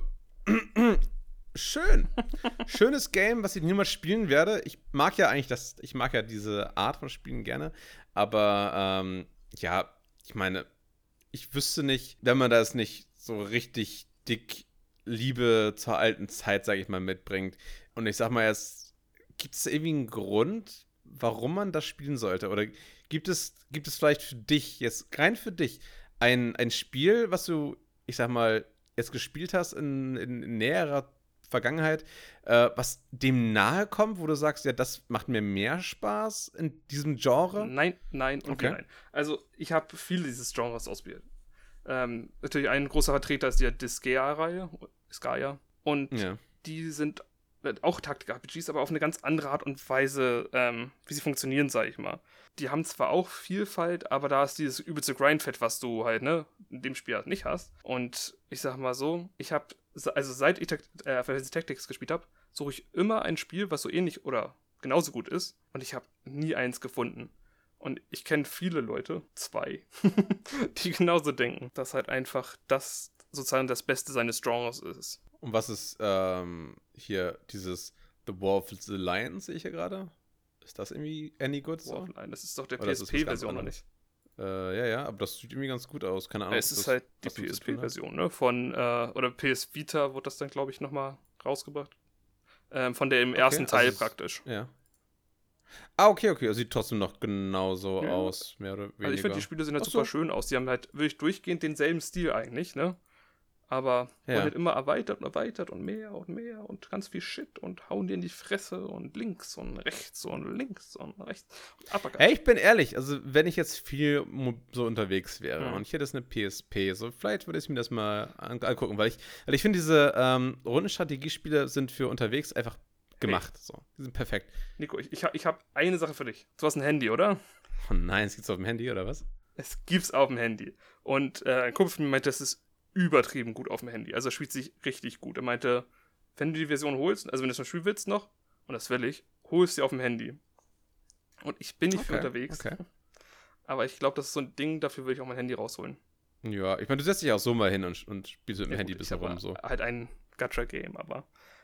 schön. Schönes Game, was ich niemals spielen werde. Ich mag ja eigentlich das, ich mag ja diese Art von Spielen gerne, aber ähm, ja, ich meine, ich wüsste nicht, wenn man das nicht so richtig dick Liebe zur alten Zeit, sage ich mal, mitbringt. Und ich sag mal jetzt, gibt es irgendwie einen Grund, warum man das spielen sollte? Oder gibt es, gibt es vielleicht für dich, jetzt rein für dich, ein, ein Spiel, was du, ich sag mal, jetzt gespielt hast in, in, in näherer Vergangenheit, äh, was dem nahe kommt, wo du sagst, ja, das macht mir mehr Spaß in diesem Genre? Nein, nein und okay. nein. Also, ich habe viele dieses Genres ausprobiert. Ähm, natürlich ein großer Vertreter ist die Disgaea-Reihe, Disgaea. Und ja. die sind auch Taktik-R P Gs, aber auf eine ganz andere Art und Weise, ähm, wie sie funktionieren, sag ich mal. Die haben zwar auch Vielfalt, aber da ist dieses übelste Grindfett, was du halt, ne, in dem Spiel halt nicht hast. Und ich sag mal so, ich hab, also seit ich Final Fantasy Tactics gespielt habe, suche ich immer ein Spiel, was so ähnlich oder genauso gut ist. Und ich habe nie eins gefunden. Und ich kenne viele Leute, zwei, die genauso denken, dass halt einfach das sozusagen das Beste seines Genres ist. Und was ist ähm, hier dieses The War of the Lion, sehe ich hier gerade? Ist das irgendwie any good? So? War of the Lion, das ist doch der P S P-Version, oder nicht? Äh, ja, ja, aber das sieht irgendwie ganz gut aus. Keine Ahnung. Es ist halt die P S P-Version, ne? Von, äh, oder P S Vita wurde das dann, glaube ich, nochmal rausgebracht. Ähm, von dem ersten okay, Teil also praktisch. Ja. Ah, okay, okay. Also sieht trotzdem noch genauso ja. aus, mehr oder weniger. Also ich finde, die Spiele sehen halt Ach super so. schön aus. Die haben halt wirklich durchgehend denselben Stil eigentlich, ne? Aber ja. wurden halt immer erweitert und erweitert und mehr und mehr und ganz viel Shit und hauen dir in die Fresse und links und rechts und links und rechts und Uppercut. Hey, ich bin ehrlich, also wenn ich jetzt viel so unterwegs wäre mhm. und ich hätte jetzt eine P S P, so vielleicht würde ich mir das mal angucken, weil ich, weil ich finde, diese ähm, Rundenstrategiespiele sind für unterwegs einfach gemacht. Hey. So. Die sind perfekt. Nico, ich, ich, ich habe eine Sache für dich. Du hast ein Handy, oder? Oh nein, es gibt's auf dem Handy, oder was? Es gibt's auf dem Handy. Und äh, ein Kumpel von mir meinte, das ist übertrieben gut auf dem Handy. Also er spielt sich richtig gut. Er meinte, wenn du die Version holst, also wenn du es mal spielen willst noch, und das will ich, holst sie auf dem Handy. Und ich bin nicht okay, viel unterwegs. Okay. Aber ich glaube, das ist so ein Ding, dafür würde ich auch mein Handy rausholen. Ja, ich meine, du setzt dich auch so mal hin und, und spielst mit dem ja, Handy gut, ein bisschen rum. So. Halt ein Gacha-Game, aber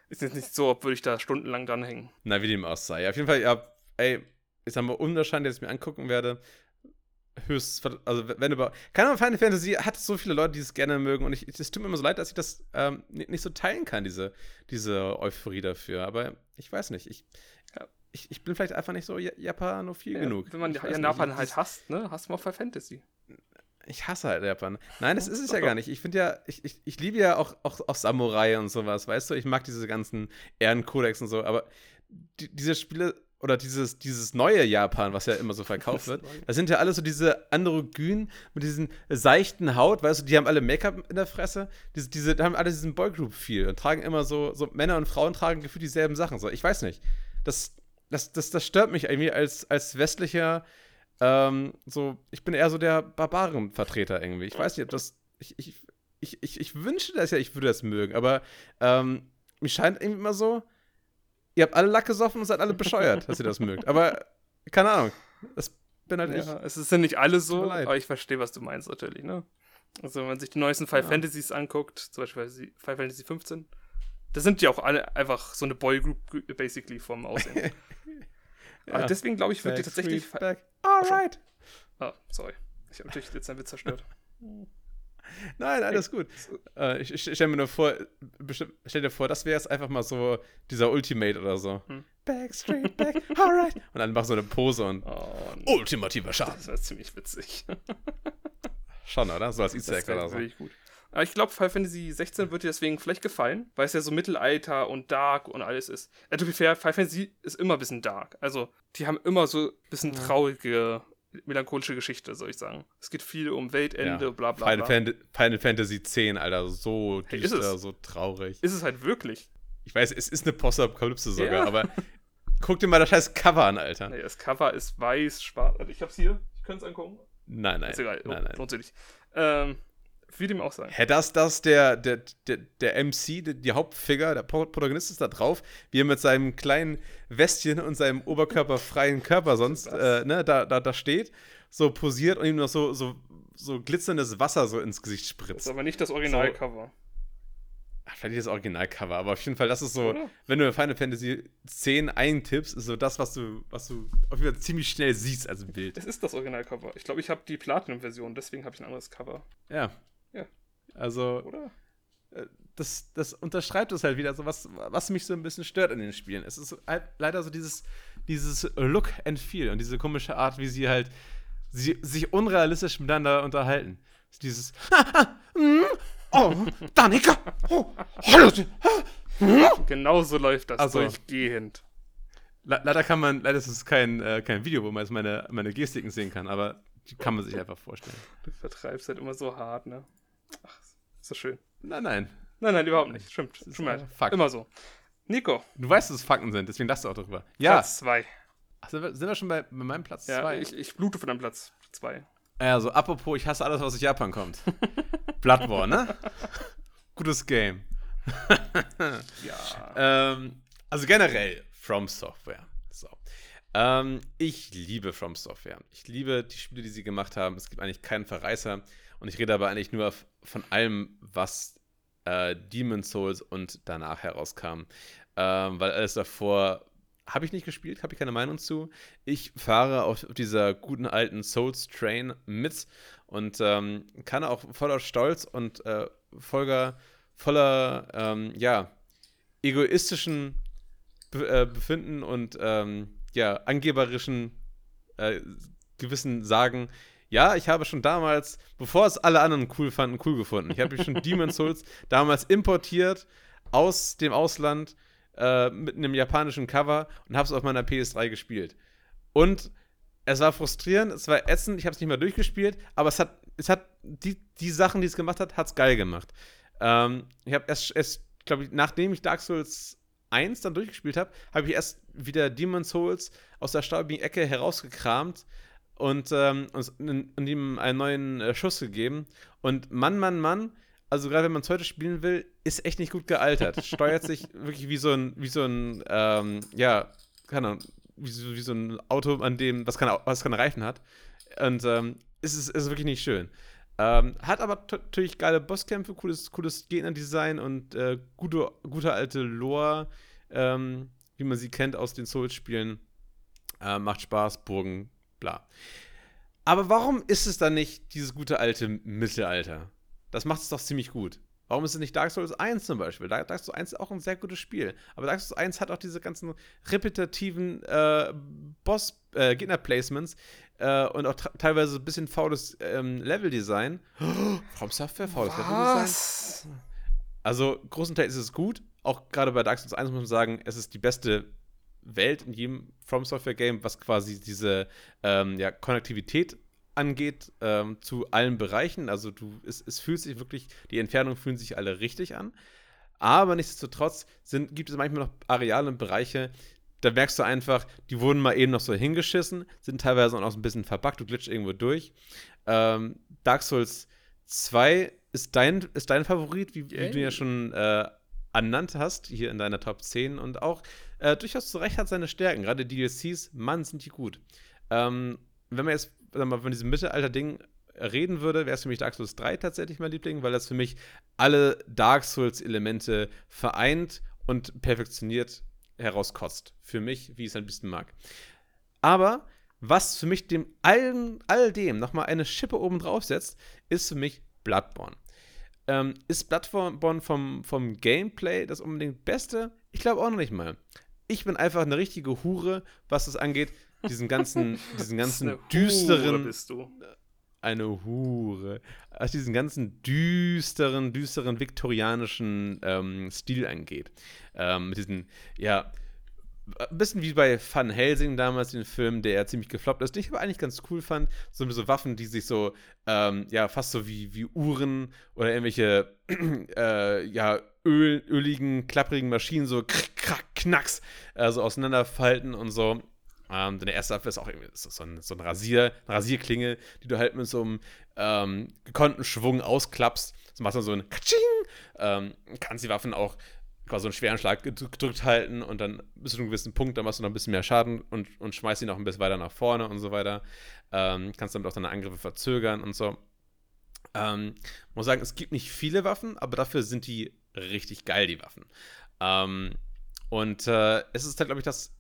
ist jetzt nicht so, ob würde ich da stundenlang dranhängen. Na, wie dem auch sei. Auf jeden Fall, ja, ey, ich sag mal, unwahrscheinlich, dass ich mir angucken werde. Höchst, also wenn über. Keine Ahnung, Final Fantasy hat so viele Leute, die es gerne mögen und es tut mir immer so leid, dass ich das ähm, nicht so teilen kann, diese, diese Euphorie dafür. Aber ich weiß nicht, ich, ja, ich, ich bin vielleicht einfach nicht so japanophil ja, genug. Wenn man Japan halt hasst, ne, hasst man auch Final Fantasy. Ich hasse halt Japan. Nein, das ist es ja gar nicht. Ich finde ja, ich, ich, ich liebe ja auch, auch, auch Samurai und sowas, weißt du? Ich mag diese ganzen Ehrenkodex und so, aber die, diese Spiele oder dieses, dieses neue Japan, was ja immer so verkauft wird, das sind ja alles so diese Androgynen mit diesen seichten Haut, weißt du, die haben alle Make-up in der Fresse, diese, diese, die haben alle diesen Boygroup-Feel und tragen immer so, so, Männer und Frauen tragen gefühlt dieselben Sachen. So, ich weiß nicht. Das, das, das, das stört mich irgendwie als, als westlicher, ähm, so, ich bin eher so der Barbaren-Vertreter irgendwie. Ich weiß nicht, ob das, ich, ich, ich, ich, ich wünsche das ja, ich würde das mögen, aber ähm, mir scheint irgendwie immer so, ihr habt alle Lack gesoffen und seid alle bescheuert, dass ihr das mögt. Aber, keine Ahnung, das bin halt ja, ich. Es sind nicht alle so, aber ich verstehe, was du meinst natürlich, ne? Also, wenn man sich die neuesten Final ja. Fantasies anguckt, zum Beispiel Final Fantasy fünfzehn, da sind die auch alle einfach so eine Boygroup, basically, vom Aussehen. ja. Aber deswegen, glaube ich, wird die tatsächlich... Alright. Ah, sorry. Ich habe natürlich jetzt einen Witz zerstört. Nein, alles gut. Äh, ich ich stelle mir nur vor, stell dir vor, das wäre jetzt einfach mal so dieser Ultimate oder so. Hm. Backstreet Back, alright. Und dann mach so eine Pose und oh, ultimativer Schaden. Das wäre ziemlich witzig. Schon, oder? So als Easter Egg oder so. Wirklich gut. Aber ich glaube, Final Fantasy sechzehn wird dir deswegen vielleicht gefallen, weil es ja so Mittelalter und Dark und alles ist. Äh, to be fair, Final Fantasy ist immer ein bisschen Dark. Also, die haben immer so ein bisschen ja. traurige, melancholische Geschichte, soll ich sagen. Es geht viel um Weltende, ja. bla bla Final, bla. Fan- Final Fantasy zehn, Alter, so hey, düster, so traurig. Ist es halt wirklich. Ich weiß, es ist eine Postapokalypse sogar, ja. aber guck dir mal das scheiß Cover an, Alter. Nee, das Cover ist weiß, schwarz. Also ich hab's hier, ich könnte es angucken. Nein, nein. Ist egal, nein, nein. lohnt sich nicht. Ähm, wie dem auch sein. Hä, das, das, der, der, der, der M C, die, die Hauptfigur, der Protagonist ist da drauf, wie er mit seinem kleinen Westchen und seinem oberkörperfreien Körper sonst, äh, ne, da, da, da steht, so posiert und ihm noch so, so, so glitzerndes Wasser so ins Gesicht spritzt. Das ist aber nicht das Originalcover. So. Ach, vielleicht nicht das Originalcover, aber auf jeden Fall, das ist so, Oder? Wenn du Final Fantasy zehn eintippst, ist so das, was du, was du auf jeden Fall ziemlich schnell siehst als Bild. Es ist das Originalcover. Ich glaube, ich habe die Platinum-Version, deswegen habe ich ein anderes Cover. Ja. Ja. Also, Oder? Das, das unterschreibt es halt wieder, so was, was mich so ein bisschen stört in den Spielen. Es ist halt leider so dieses, dieses Look and Feel und diese komische Art, wie sie halt sie, sich unrealistisch miteinander unterhalten. Dieses oh, Danica! Oh, genau so läuft das also, durchgehend. Le- leider kann man, leider ist es kein, äh, kein Video, wo man jetzt meine, meine Gestiken sehen kann, aber die kann man sich einfach vorstellen. Du vertreibst halt immer so hart, ne? Ach, ist so schön. Nein, nein. Nein, nein, überhaupt nicht. Stimmt. Stimmt. Fakt. Immer so. Nico. Du weißt, dass es Fakten sind, deswegen lachst du auch darüber. Ja. Platz zwei. Ach, sind, wir, sind wir schon bei, bei meinem Platz zwei? Ja, ich, ich blute von deinem Platz zwei. Also, apropos, ich hasse alles, was aus Japan kommt. Bloodborne, ne? Gutes Game. ja. Ähm, also generell, From Software. So. Ähm, ich liebe From Software. Ich liebe die Spiele, die sie gemacht haben. Es gibt eigentlich keinen Verreißer. Und ich rede aber eigentlich nur von allem, was äh, Demon's Souls und danach herauskam. Ähm, weil alles davor habe ich nicht gespielt, habe ich keine Meinung zu. Ich fahre auf dieser guten alten Souls-Train mit und ähm, kann auch voller Stolz und äh, voller, voller ähm, ja, egoistischen Be- äh, Befinden und ähm, ja, angeberischen äh, Gewissen sagen, ja, ich habe schon damals, bevor es alle anderen cool fanden, cool gefunden. Ich habe schon Demon's Souls damals importiert aus dem Ausland äh, mit einem japanischen Cover und habe es auf meiner P S drei gespielt. Und es war frustrierend, es war ätzend, ich habe es nicht mehr durchgespielt, aber es hat, es hat die, die Sachen, die es gemacht hat, hat es geil gemacht. Ähm, ich habe erst, erst glaube ich, nachdem ich Dark Souls eins dann durchgespielt habe, habe ich erst wieder Demon's Souls aus der staubigen Ecke herausgekramt und, ähm, und, und ihm einen neuen äh, Schuss gegeben. Und Mann, Mann, Mann, also gerade wenn man es heute spielen will, ist echt nicht gut gealtert. Steuert sich wirklich wie so ein, wie so ein, ähm, ja, keine Ahnung, wie so, wie so ein Auto, an dem, was keine, was keine Reifen hat. Und ähm, es ist, ist wirklich nicht schön. Ähm, hat aber t- natürlich geile Bosskämpfe, cooles, cooles Gegnerdesign und äh, gute, gute alte Lore, ähm, wie man sie kennt aus den Souls-Spielen. Äh, macht Spaß, Burgen, bla. Aber warum ist es dann nicht dieses gute alte Mittelalter? Das macht es doch ziemlich gut. Warum ist es nicht Dark Souls eins zum Beispiel? Dark Souls eins ist auch ein sehr gutes Spiel. Aber Dark Souls eins hat auch diese ganzen repetitiven äh, Boss, äh, Gegner-Placements äh, und auch tra- teilweise ein bisschen faules ähm, Level-Design. Oh, From Software, faules Level-Design. Also, großenteils ist es gut. Auch gerade bei Dark Souls eins muss man sagen, es ist die beste Welt in jedem From Software Game, was quasi diese ähm, ja, Konnektivität angeht ähm, zu allen Bereichen. Also du, es, es fühlt sich wirklich, die Entfernungen fühlen sich alle richtig an. Aber nichtsdestotrotz sind, gibt es manchmal noch Areale und Bereiche, da merkst du einfach, die wurden mal eben noch so hingeschissen, sind teilweise auch noch so ein bisschen verbuggt, du glitschst irgendwo durch. Ähm, Dark Souls zwei ist dein, ist dein Favorit, wie, wie du ja schon äh, ernannt hast, hier in deiner Top zehn und auch äh, durchaus zu Recht hat seine Stärken. Gerade die D L Cs, Mann, sind die gut. Ähm, wenn man jetzt sagen wir mal, von diesem Mittelalter-Ding reden würde, wäre es für mich Dark Souls drei tatsächlich mein Liebling, weil das für mich alle Dark Souls-Elemente vereint und perfektioniert herauskotzt. Für mich, wie ich es ein bisschen mag. Aber was für mich dem allen, all dem nochmal eine Schippe oben drauf setzt, ist für mich Bloodborne. Ähm, ist Bloodborne vom, vom Gameplay das unbedingt Beste? Ich glaube auch noch nicht mal. Ich bin einfach eine richtige Hure, was das angeht. Diesen ganzen, diesen ganzen eine düsteren. Hure bist du. Eine Hure. Was diesen ganzen düsteren, düsteren viktorianischen ähm, Stil angeht. Ähm, mit diesen, ja, ein bisschen wie bei Van Helsing damals, den Film, der ja ziemlich gefloppt ist, den ich aber eigentlich ganz cool fand. So, so Waffen, die sich so, ähm, ja, fast so wie, wie Uhren oder irgendwelche, äh, ja, Öl, öligen, klapprigen Maschinen so krack, krack, knacks, äh, so auseinanderfalten und so. Ähm, der erste Waffe ist auch irgendwie so ein, so ein Rasier, eine Rasierklinge, die du halt mit so einem ähm, gekonnten Schwung ausklappst. Das macht dann so ein Katsching. Ähm, kannst die Waffen auch quasi so einen schweren Schlag gedrückt halten und dann bis zu einem gewissen Punkt, dann machst du noch ein bisschen mehr Schaden und, und schmeißt ihn noch ein bisschen weiter nach vorne und so weiter. Ähm, kannst damit auch deine Angriffe verzögern und so. Ähm, muss sagen, es gibt nicht viele Waffen, aber dafür sind die richtig geil, die Waffen. Ähm, und äh, es ist halt, glaube ich, das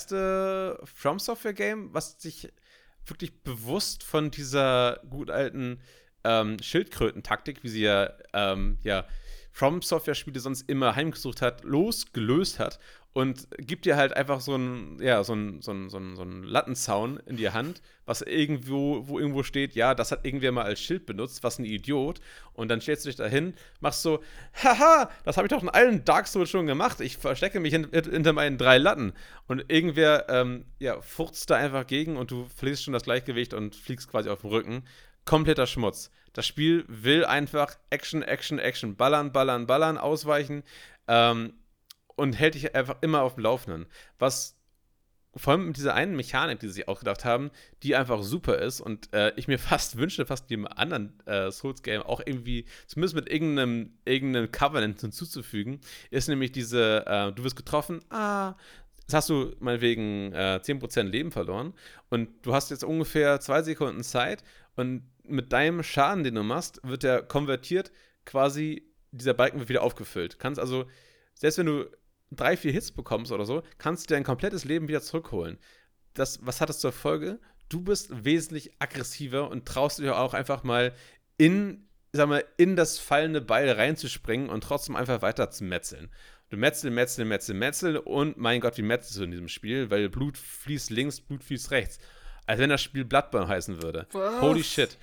erste From Software Game, was sich wirklich bewusst von dieser gut alten ähm, Schildkröten-Taktik, wie sie ja, ähm, ja From Software-Spiele sonst immer heimgesucht hat, losgelöst hat und gibt dir halt einfach so einen, ja, so einen, so einen, so einen, so einen Lattenzaun in die Hand, was irgendwo, wo irgendwo steht, ja, das hat irgendwer mal als Schild benutzt, was ein Idiot. Und dann stellst du dich dahin, machst so, haha, das habe ich doch in allen Dark Souls schon gemacht, ich verstecke mich hin, hinter meinen drei Latten. Und irgendwer, ähm, ja, furzt da einfach gegen und du verlierst schon das Gleichgewicht und fliegst quasi auf den Rücken. Kompletter Schmutz. Das Spiel will einfach Action, Action, Action, ballern, ballern, ballern, ausweichen ähm, und hält dich einfach immer auf dem Laufenden. Was vor allem mit dieser einen Mechanik, die sie sich ausgedacht haben, die einfach super ist und äh, ich mir fast wünsche, fast jedem anderen äh, Souls-Game auch irgendwie, zumindest mit irgendeinem, irgendeinem Covenant hinzuzufügen, ist nämlich diese, äh, du wirst getroffen, ah, jetzt hast du meinetwegen äh, zehn Prozent Leben verloren und du hast jetzt ungefähr zwei Sekunden Zeit und mit deinem Schaden, den du machst, wird der konvertiert, quasi dieser Balken wird wieder aufgefüllt. Kannst also, selbst wenn du drei, vier Hits bekommst oder so, kannst du dein komplettes Leben wieder zurückholen. Das, was hat das zur Folge? Du bist wesentlich aggressiver und traust dir auch einfach mal in, sag mal, in das fallende Beil reinzuspringen und trotzdem einfach weiter zu metzeln. Du metzeln, metzeln, metzeln, metzeln und mein Gott, wie metzelst du in diesem Spiel? Weil Blut fließt links, Blut fließt rechts. Als wenn das Spiel Bloodborne heißen würde. Was? Holy shit.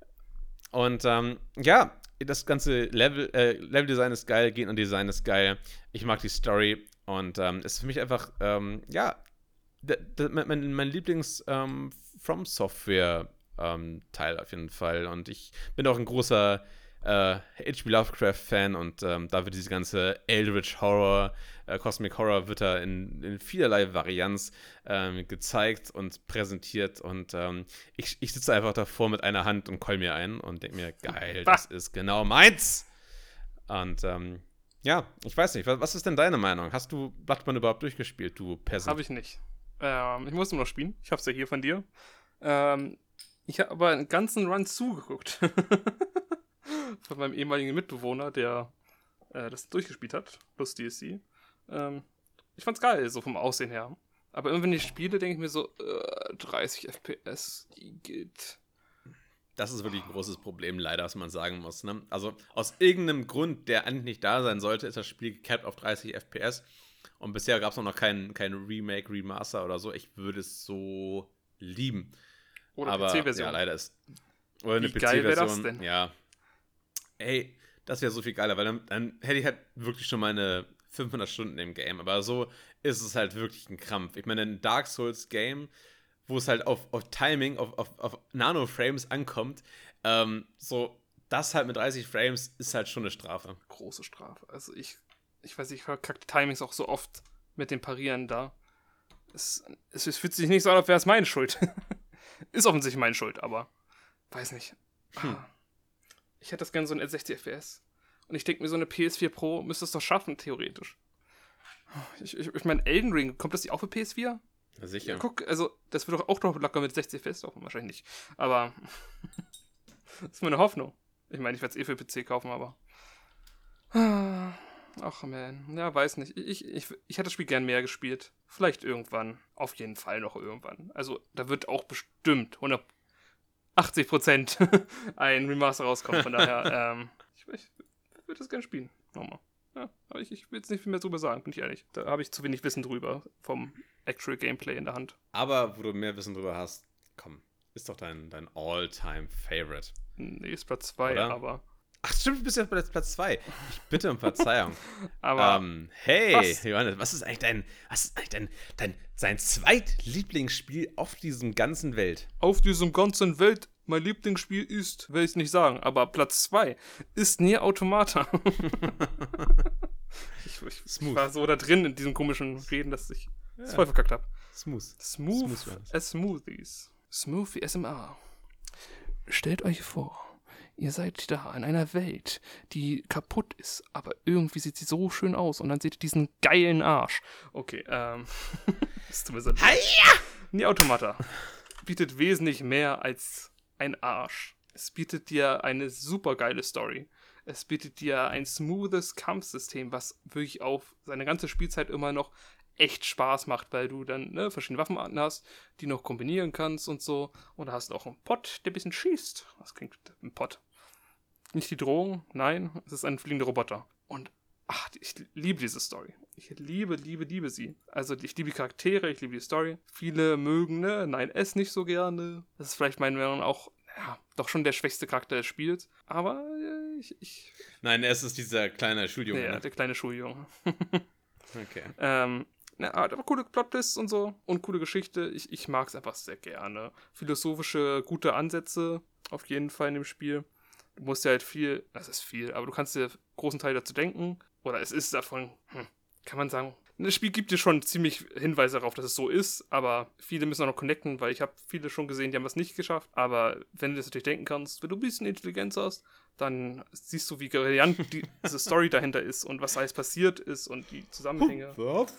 Und ähm, ja, das ganze Level, äh, Level-Design ist geil, Gegner-Design ist geil. Ich mag die Story und ähm, es ist für mich einfach, ähm, ja, d- d- mein, mein Lieblings-From-Software ähm, Teil auf jeden Fall. Und ich bin auch ein großer äh, H P Lovecraft-Fan und ähm, da wird diese ganze Eldritch Horror, äh, Cosmic Horror wird da in, in vielerlei Varianz ähm, gezeigt und präsentiert und ähm, ich, ich sitze einfach davor mit einer Hand und keul mir ein und denke mir, geil, das ist genau meins. Und ähm, ja, ich weiß nicht, was, was ist denn deine Meinung? Hast du Bloodborne überhaupt durchgespielt, du Peasant? Habe ich nicht. Ähm, ich musste noch spielen. Ich hab's ja hier von dir. Ähm, Ich habe aber einen ganzen Run zugeguckt. Von meinem ehemaligen Mitbewohner, der äh, das durchgespielt hat, plus D L C. Ähm, ich fand's geil, so vom Aussehen her. Aber immer wenn ich spiele, denke ich mir so, äh, dreißig F P S, die geht. Das ist wirklich ein großes Problem, leider, was man sagen muss. Ne? Also aus irgendeinem Grund, der eigentlich nicht da sein sollte, ist das Spiel gecapped auf dreißig F P S. Und bisher gab es noch kein, kein Remake, Remaster oder so. Ich würde es so lieben. Oder aber P C-Version. Ja, leider ist. Oder eine Wie geil wäre das P C-Version. denn? Ja. Ey, das wäre so viel geiler, weil dann, dann hätte ich halt wirklich schon meine fünfhundert Stunden im Game. Aber so ist es halt wirklich ein Krampf. Ich meine, ein Dark Souls-Game, wo es halt auf, auf Timing, auf, auf, auf Nano-Frames ankommt, ähm, so, das halt mit dreißig Frames ist halt schon eine Strafe. Große Strafe. Also ich, ich weiß, ich verkacke die Timings auch so oft mit dem Parieren da. Es, es, es fühlt sich nicht so an, als wäre es meine Schuld. Ist offensichtlich meine Schuld, aber weiß nicht. Hm. Ich hätte das gerne so in sechzig F P S. Und ich denke mir, so eine P S vier Pro müsste es doch schaffen, theoretisch. Ich, ich, ich meine, Elden Ring, kommt das nicht auch für P S vier? Ja, sicher. Ja, guck, also, das wird doch auch noch locker mit sechzig F P S laufen, wahrscheinlich nicht. Aber, das ist meine Hoffnung. Ich meine, ich werde es eh für P C kaufen, aber. Ach, man. Ja, weiß nicht. Ich, ich, ich hätte das Spiel gern mehr gespielt. Vielleicht irgendwann. Auf jeden Fall noch irgendwann. Also, da wird auch bestimmt hundertachtzig Prozent ein Remaster rauskommen. Von daher, ähm, ich, ich würde das gerne spielen. Nochmal. Ja, aber ich, ich will jetzt nicht viel mehr drüber sagen, bin ich ehrlich. Da habe ich zu wenig Wissen drüber vom Actual Gameplay in der Hand. Aber wo du mehr Wissen drüber hast, komm, ist doch dein, dein All-Time-Favorite. Nee, ist Platz zwei, aber... Ach stimmt, du bist ja bei Platz zwei. Ich bitte um Verzeihung. aber ähm, hey, fast. Johannes, was ist eigentlich dein, was ist eigentlich dein, dein, sein Zweitlieblingsspiel auf diesem ganzen Welt? Auf diesem ganzen Welt, mein Lieblingsspiel ist, will ich es nicht sagen, aber Platz zwei ist Nier Automata. ich, ich, ich war so da drin in diesem komischen Reden, dass ich es ja. voll verkackt habe. Smooth. Smooth, Smooth as Smoothies. Smoothie S M R. Stellt euch vor, ihr seid da in einer Welt, die kaputt ist, aber irgendwie sieht sie so schön aus und dann seht ihr diesen geilen Arsch. Okay, ähm. das tut mir so leid. Nier Automata bietet wesentlich mehr als ein Arsch. Es bietet dir eine super geile Story. Es bietet dir ein smoothes Kampfsystem, was wirklich auf seine ganze Spielzeit immer noch echt Spaß macht, weil du dann ne, verschiedene Waffenarten hast, die noch kombinieren kannst und so. Und da hast du auch einen Pott, der ein bisschen schießt. Was klingt ein Pott? Nicht die Drohung, nein, es ist ein fliegender Roboter. Und ach, ich liebe diese Story. Ich liebe, liebe, liebe sie. Also ich liebe die Charaktere, ich liebe die Story. Viele mögen, ne, nein, es nicht so gerne. Das ist vielleicht meiner Meinung nach auch, ja, doch schon der schwächste Charakter des Spiels. Aber äh, ich, ich... Nein, es ist dieser kleine Schuljunge. Ja, ne? der kleine Schuljunge. Okay. Ähm, na, aber coole Plot-Twists und so und coole Geschichte. Ich, ich mag es einfach sehr gerne. Philosophische, gute Ansätze auf jeden Fall in dem Spiel. Du musst ja halt viel, das ist viel, aber du kannst dir großen Teil dazu denken. Oder es ist davon, hm, kann man sagen, das Spiel gibt dir schon ziemlich Hinweise darauf, dass es so ist, aber viele müssen auch noch connecten, weil ich habe viele schon gesehen, die haben das nicht geschafft. Aber wenn du das natürlich denken kannst, wenn du ein bisschen Intelligenz hast, dann siehst du, wie brillant die, diese Story dahinter ist und was alles passiert ist und die Zusammenhänge.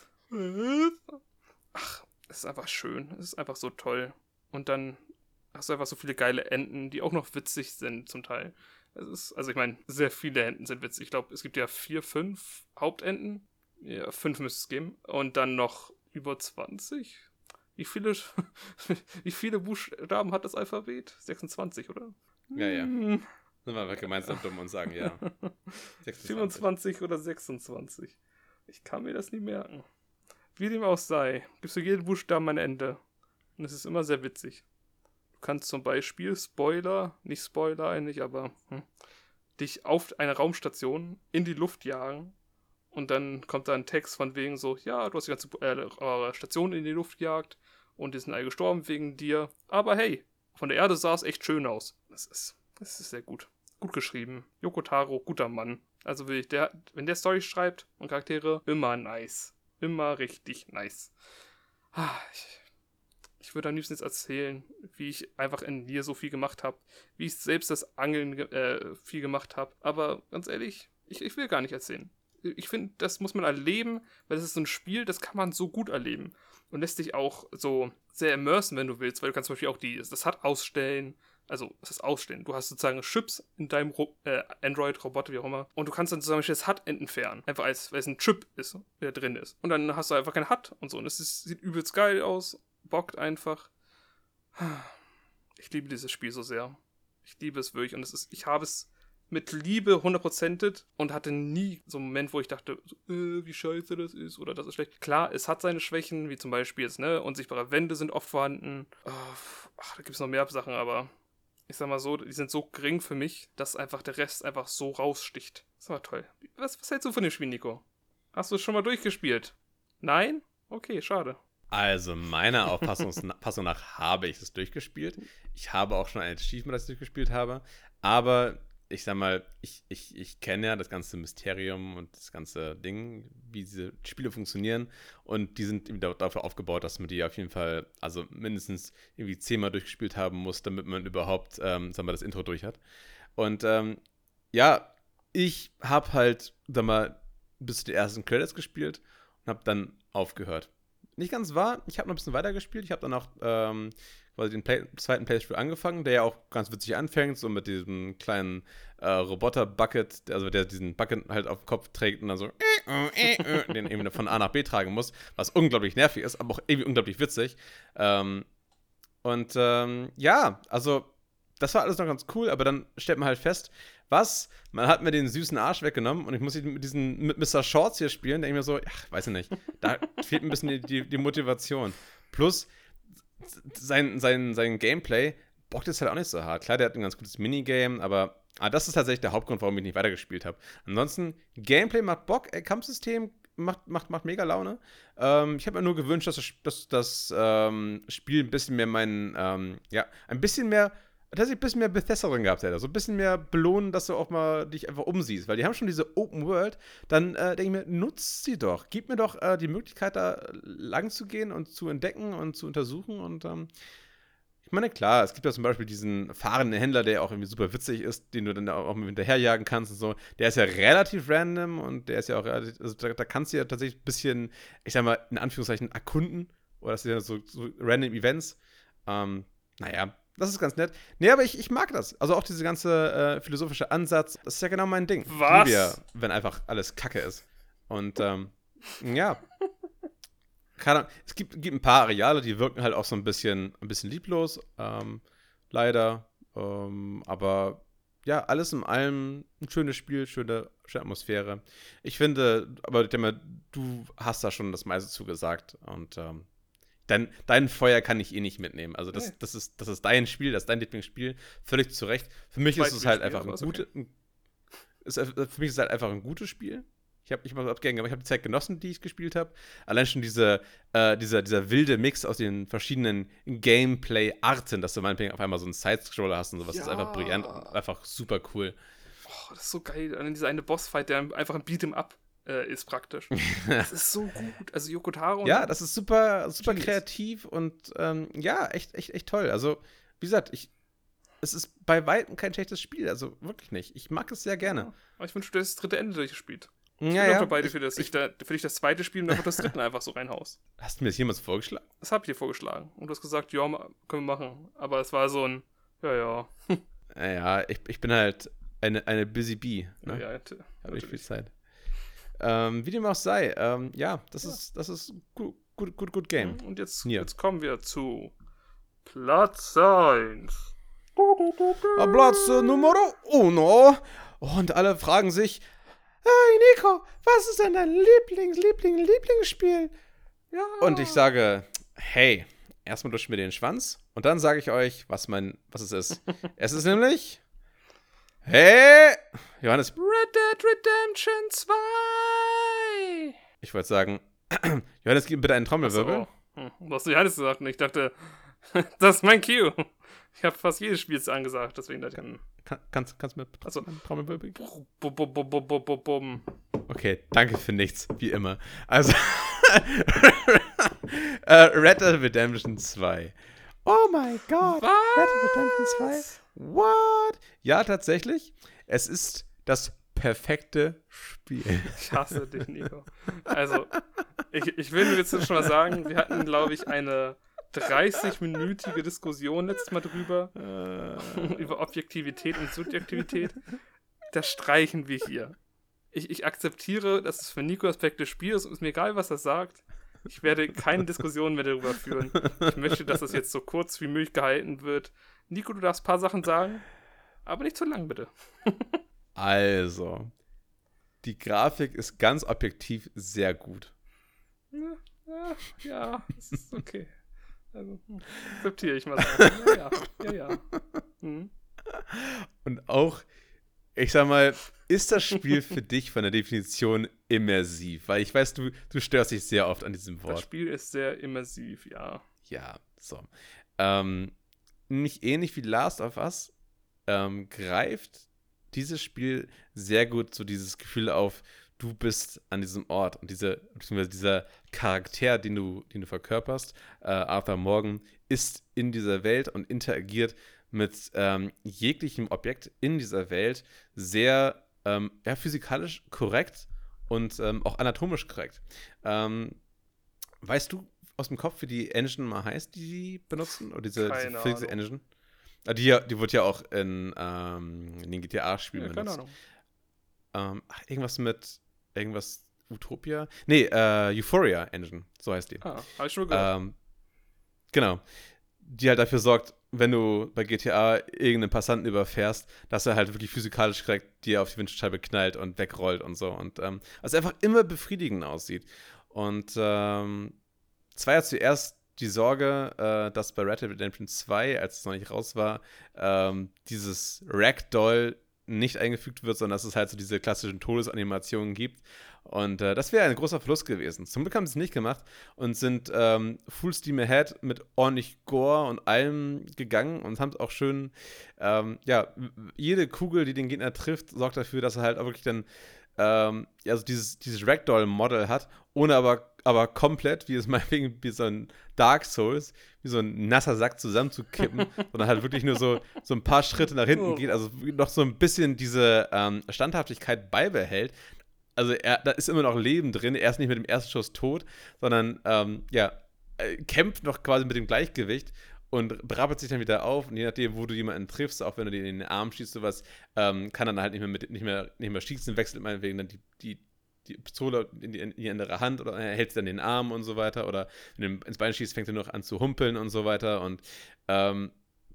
Ach, es ist einfach schön. Es ist einfach so toll. Und dann hast du einfach so viele geile Enden, die auch noch witzig sind zum Teil. Es ist, also ich meine, sehr viele Enden sind witzig. Ich glaube, es gibt ja vier, fünf Hauptenden. Ja, fünf müsste es geben. Und dann noch über zwanzig. Wie viele, wie viele Buchstaben hat das Alphabet? sechsundzwanzig, oder? Ja, ja. Hm. Sind wir einfach gemeinsam dumm und sagen, ja. sechsundzwanzig. vierundzwanzig oder sechsundzwanzig. Ich kann mir das nie merken. Wie dem auch sei, gibst du jeden Buchstaben ein Ende. Und es ist immer sehr witzig. Du kannst zum Beispiel, Spoiler, nicht Spoiler eigentlich, aber hm, dich auf eine Raumstation in die Luft jagen und dann kommt da ein Text von wegen so, ja, du hast die ganze äh, Station in die Luft gejagt und die sind alle gestorben wegen dir. Aber hey, von der Erde sah es echt schön aus. Das ist, das ist sehr gut. Gut geschrieben. Yoko Taro, guter Mann. Also will ich, der, wenn der Story schreibt und Charaktere, immer nice. Immer richtig nice. Ah, ich, ich würde am liebsten jetzt erzählen, wie ich einfach in Nier so viel gemacht habe. Wie ich selbst das Angeln äh, viel gemacht habe. Aber ganz ehrlich, ich, ich will gar nicht erzählen. Ich finde, das muss man erleben, weil das ist so ein Spiel, das kann man so gut erleben. und lässt dich auch so sehr immersen, wenn du willst, weil du kannst zum Beispiel auch die, das H U D ausstellen, also es ist ausstellen. Du hast sozusagen Chips in deinem Ro- äh, Android-Roboter, wie auch immer, und du kannst dann zum Beispiel das H U D entfernen, einfach als, weil es ein Chip ist, der drin ist. Und dann hast du einfach kein H U D und so. Und es ist, sieht übelst geil aus, bockt einfach. Ich liebe dieses Spiel so sehr. Ich liebe es wirklich und es ist, ich habe es mit Liebe hundertprozentet und hatte nie so einen Moment, wo ich dachte, so, äh, wie scheiße das ist oder das ist schlecht. Klar, es hat seine Schwächen, wie zum Beispiel jetzt, ne, unsichtbare Wände sind oft vorhanden. Ach, da gibt es noch mehr Sachen, aber ich sag mal so, die sind so gering für mich, dass einfach der Rest einfach so raussticht. Das war toll. Was, was hältst du von dem Spiel, Nico? Hast du es schon mal durchgespielt? Nein? Okay, schade. Also, meiner Auffassung nach habe ich es durchgespielt. Ich habe auch schon ein Achievement, das ich durchgespielt habe. Aber ich sag mal, ich, ich, ich kenne ja das ganze Mysterium und das ganze Ding, wie diese Spiele funktionieren. Und die sind dafür aufgebaut, dass man die auf jeden Fall, also mindestens irgendwie zehnmal durchgespielt haben muss, damit man überhaupt, ähm, sag mal, das Intro durch hat. Und ähm, ja, ich habe halt, sag mal, bis zu den ersten Credits gespielt und habe dann aufgehört. Nicht ganz wahr, ich habe noch ein bisschen weiter gespielt. Ich habe dann auch ähm, quasi den Play- zweiten Playthrough angefangen, der ja auch ganz witzig anfängt, so mit diesem kleinen äh, Roboter-Bucket, also der diesen Bucket halt auf dem Kopf trägt und dann so äh, äh, äh, den eben von A nach B tragen muss, was unglaublich nervig ist, aber auch irgendwie unglaublich witzig. Ähm, und ähm, ja, also das war alles noch ganz cool, aber dann stellt man halt fest, was? Man hat mir den süßen Arsch weggenommen und ich muss mit diesen mit Mister Shorts hier spielen, denke ich mir so, ach, weiß ich nicht, da fehlt ein bisschen die, die, die Motivation. Plus, sein, sein, sein Gameplay bockt jetzt halt auch nicht so hart. Klar, der hat ein ganz gutes Minigame, aber ah, das ist tatsächlich der Hauptgrund, warum ich nicht weitergespielt habe. Ansonsten, Gameplay macht Bock, ey, Kampfsystem macht, macht, macht mega Laune. Ähm, ich habe mir nur gewünscht, dass das, dass das ähm, Spiel ein bisschen mehr meinen, ähm, ja, ein bisschen mehr dass ich ein bisschen mehr Bethesda drin gehabt hätte. So ein bisschen mehr belohnen, dass du auch mal dich einfach umsiehst. Weil die haben schon diese Open World. Dann äh, denke ich mir, nutzt sie doch. Gib mir doch äh, die Möglichkeit, da lang zu gehen und zu entdecken und zu untersuchen. Und ähm, ich meine, klar, es gibt ja zum Beispiel diesen fahrenden Händler, der auch irgendwie super witzig ist, den du dann auch mit hinterherjagen kannst und so. Der ist ja relativ random und der ist ja auch relativ, also da, da kannst du ja tatsächlich ein bisschen, ich sag mal, in Anführungszeichen erkunden. Oder das sind ja so, so random Events. Ähm, naja, das ist ganz nett. Nee, aber ich, ich mag das. Also auch dieser ganze äh, philosophische Ansatz, das ist ja genau mein Ding. Was? Ich liebe ja, wenn einfach alles Kacke ist. Und ähm, ja. Keine Ahnung. Es gibt, gibt ein paar Areale, die wirken halt auch so ein bisschen, ein bisschen lieblos. Ähm, leider. Ähm, aber ja, alles in allem ein schönes Spiel, schöne, schöne Atmosphäre. Ich finde, aber ich denke mal, du hast da schon das meiste zugesagt. Und ähm, Dein, dein Feuer kann ich eh nicht mitnehmen. Also das, das, ist, das ist dein Spiel, das ist dein Lieblingsspiel. Völlig zu Recht. Für mich ist es halt einfach ein gutes okay. Für mich ist es halt einfach ein gutes Spiel. Ich habe ich hab gerne gemacht. Ich habe die Zeit genossen, die ich gespielt habe. Allein schon diese, äh, dieser, dieser wilde Mix aus den verschiedenen Gameplay-Arten, dass du meinetwegen auf einmal so einen Side-Scroller hast und sowas. Ja. Das ist einfach brillant und einfach super cool. Oh, das ist so geil. Und dann dieser eine Bossfight, der einfach ein Beat'em-up ist praktisch. Das ist so gut. Also Yoko Taro. Ja, das ist super, super kreativ und ähm, ja, echt, echt, echt toll. Also, wie gesagt, ich, es ist bei weitem kein schlechtes Spiel. Also wirklich nicht. Ich mag es sehr gerne. Ja, aber ich wünsche, du hast das dritte Ende durchgespielt. Ich ja, bin ja. auch dabei, für, das, ich, da, für dich das zweite Spiel und einfach das dritte einfach so reinhaust. Hast du mir das jemals vorgeschlagen? Das hab ich dir vorgeschlagen. Und du hast gesagt, ja, können wir machen. Aber es war so ein, ja, ja. Naja, ich, ich bin halt eine, eine Busy Bee. Ne? Ja, ja. Habe nicht viel Zeit. Ähm, wie dem auch sei, ähm, ja, das ja. ist das ist gut, gut, gut, gut Game. Und jetzt, jetzt kommen wir zu Platz eins. Platz äh, Numero uno. Und alle fragen sich, hey Nico, was ist denn dein Lieblings, Lieblings, Lieblingsspiel? Ja. Und ich sage, hey, erstmal duschen wir den Schwanz und dann sage ich euch, was mein, was es ist. Es ist nämlich Hey, Johannes. Red Dead Redemption zwei. Ich wollte sagen, Johannes, gib mir bitte einen Trommelwirbel. So. Hm, du hast Johannes gesagt und ich dachte, das ist mein Cue. Ich habe fast jedes Spiel jetzt angesagt, deswegen dachte ich, hm. Kann, kannst, kannst du mir also, einen Trommelwirbel geben? Bum, bum, bum, bum, bum, bum, bum. Okay, danke für nichts, wie immer. Also, uh, Red Dead Redemption zwei. Oh mein Gott, Was? Red Dead Redemption zwei? What? Ja, tatsächlich. Es ist das perfekte Spiel. Ich hasse dich, Nico. Also, ich, ich will nur jetzt schon mal sagen, wir hatten, glaube ich, eine dreißig-minütige Diskussion letztes Mal drüber, über Objektivität und Subjektivität. Das streichen wir hier. Ich, ich akzeptiere, dass es für Nico das perfekte Spiel ist und ist mir egal, was er sagt. Ich werde keine Diskussion mehr darüber führen. Ich möchte, dass es jetzt so kurz wie möglich gehalten wird. Nico, du darfst ein paar Sachen sagen, aber nicht zu lang, bitte. Also, die Grafik ist ganz objektiv sehr gut. Ja, ja, ja, das ist okay. Also, hm, akzeptiere ich mal so. Ja, ja, ja, ja. Hm. Und auch, ich sag mal, ist das Spiel für dich von der Definition immersiv? Weil ich weiß, du, du störst dich sehr oft an diesem Wort. Das Spiel ist sehr immersiv, ja. Ja, so. Ähm, nicht ähnlich wie Last of Us ähm, greift dieses Spiel sehr gut so dieses Gefühl auf, du bist an diesem Ort und diese, beziehungsweise dieser Charakter, den du, den du verkörperst, äh, Arthur Morgan, ist in dieser Welt und interagiert mit ähm, jeglichem Objekt in dieser Welt sehr ähm, ja, physikalisch korrekt und ähm, auch anatomisch korrekt. Ähm, weißt du aus dem Kopf, wie die Engine mal heißt, die sie benutzen? Oder diese, diese Physics Engine? Ah, die, die wird ja auch in, ähm, in den G T A-Spielen ja, benutzt. Keine Ahnung. Ähm, ach, irgendwas mit irgendwas Utopia? Nee, äh, Euphoria Engine, so heißt die. Ah, hab ich schon gehört. Ähm, genau. Die halt dafür sorgt, wenn du bei G T A irgendeinen Passanten überfährst, dass er halt wirklich physikalisch korrekt dir auf die Windschutzscheibe knallt und wegrollt und so. Und ähm, also einfach immer befriedigend aussieht. Und ähm, es war ja zuerst die Sorge, äh, dass bei Red Dead Redemption zwei, als es noch nicht raus war, ähm, dieses Ragdoll nicht eingefügt wird, sondern dass es halt so diese klassischen Todesanimationen gibt. Und äh, das wäre ein großer Verlust gewesen. Zum Glück haben sie es nicht gemacht und sind ähm, full steam ahead mit ordentlich Gore und allem gegangen und haben es auch schön, ähm, ja, jede Kugel, die den Gegner trifft, sorgt dafür, dass er halt auch wirklich dann ähm, ja, also dieses, dieses Ragdoll-Model hat, ohne aber, aber komplett, wie es meinetwegen wie so ein Dark Souls, wie so ein nasser Sack zusammenzukippen, sondern halt wirklich nur so, so ein paar Schritte nach hinten geht, also noch so ein bisschen diese ähm, Standhaftigkeit beibehält. Also er, da ist immer noch Leben drin, er ist nicht mit dem ersten Schuss tot, sondern ähm, ja, äh, kämpft noch quasi mit dem Gleichgewicht und brabbelt sich dann wieder auf und je nachdem, wo du jemanden triffst, auch wenn du den in den Arm schießt, sowas, ähm, kann dann halt nicht mehr, mit, nicht mehr, nicht mehr schießen, wechselt meinetwegen dann die, die, die Pistole in die, in die andere Hand oder er hält dann den Arm und so weiter oder wenn du ins Bein schießt, fängt er noch an zu humpeln und so weiter und ähm,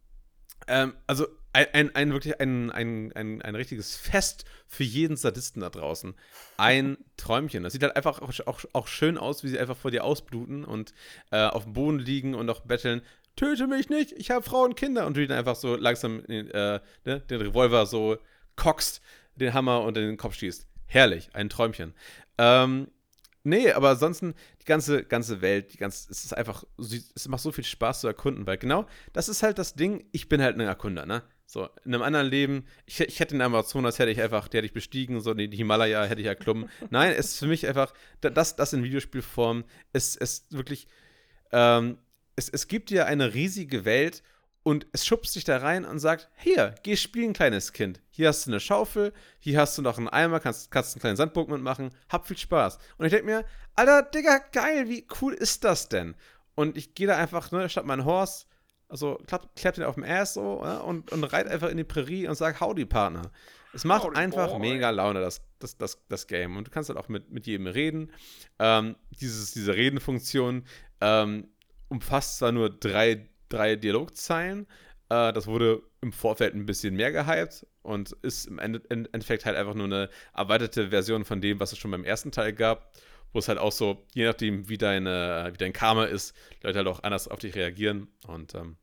ähm, also ein, ein, ein wirklich ein, ein, ein, ein richtiges Fest für jeden Sadisten da draußen. Ein Träumchen. Das sieht halt einfach auch, auch, auch schön aus, wie sie einfach vor dir ausbluten und äh, auf dem Boden liegen und auch betteln, töte mich nicht, ich habe Frauen und Kinder. Und du dann einfach so langsam äh, ne, den Revolver so cockst, den Hammer und in den Kopf schießt. Herrlich, ein Träumchen. Ähm, nee, aber ansonsten die ganze, ganze Welt, die ganze, es ist einfach, es macht so viel Spaß zu erkunden, weil genau das ist halt das Ding, ich bin halt ein Erkunder, ne? So, in einem anderen Leben, ich, ich hätte den Amazonas, hätte ich einfach, die hätte ich bestiegen, so die Himalaya hätte ich erklommen. Nein, es ist für mich einfach, das, das in Videospielform, es ist wirklich, ähm, es, es gibt dir eine riesige Welt und es schubst dich da rein und sagt, hier, geh spielen, kleines Kind. Hier hast du eine Schaufel, hier hast du noch einen Eimer, kannst, kannst einen kleinen Sandburg mitmachen, hab viel Spaß. Und ich denke mir, Alter, Digga, geil, wie cool ist das denn? Und ich gehe da einfach, ne, statt mein Horse, also klapp, klapp den auf dem Ass so ja, und, und reit einfach in die Prärie und sag, howdy, Partner. Es macht howdy, einfach boy. mega Laune, das, das, das, das Game. Und du kannst halt auch mit, mit jedem reden. Ähm, dieses, diese Redenfunktion ähm, umfasst zwar nur drei, drei Dialogzeilen, äh, das wurde im Vorfeld ein bisschen mehr gehypt und ist im Endeffekt halt einfach nur eine erweiterte Version von dem, was es schon beim ersten Teil gab, wo es halt auch so, je nachdem, wie, deine, wie dein Karma ist, Leute halt auch anders auf dich reagieren. Und ähm,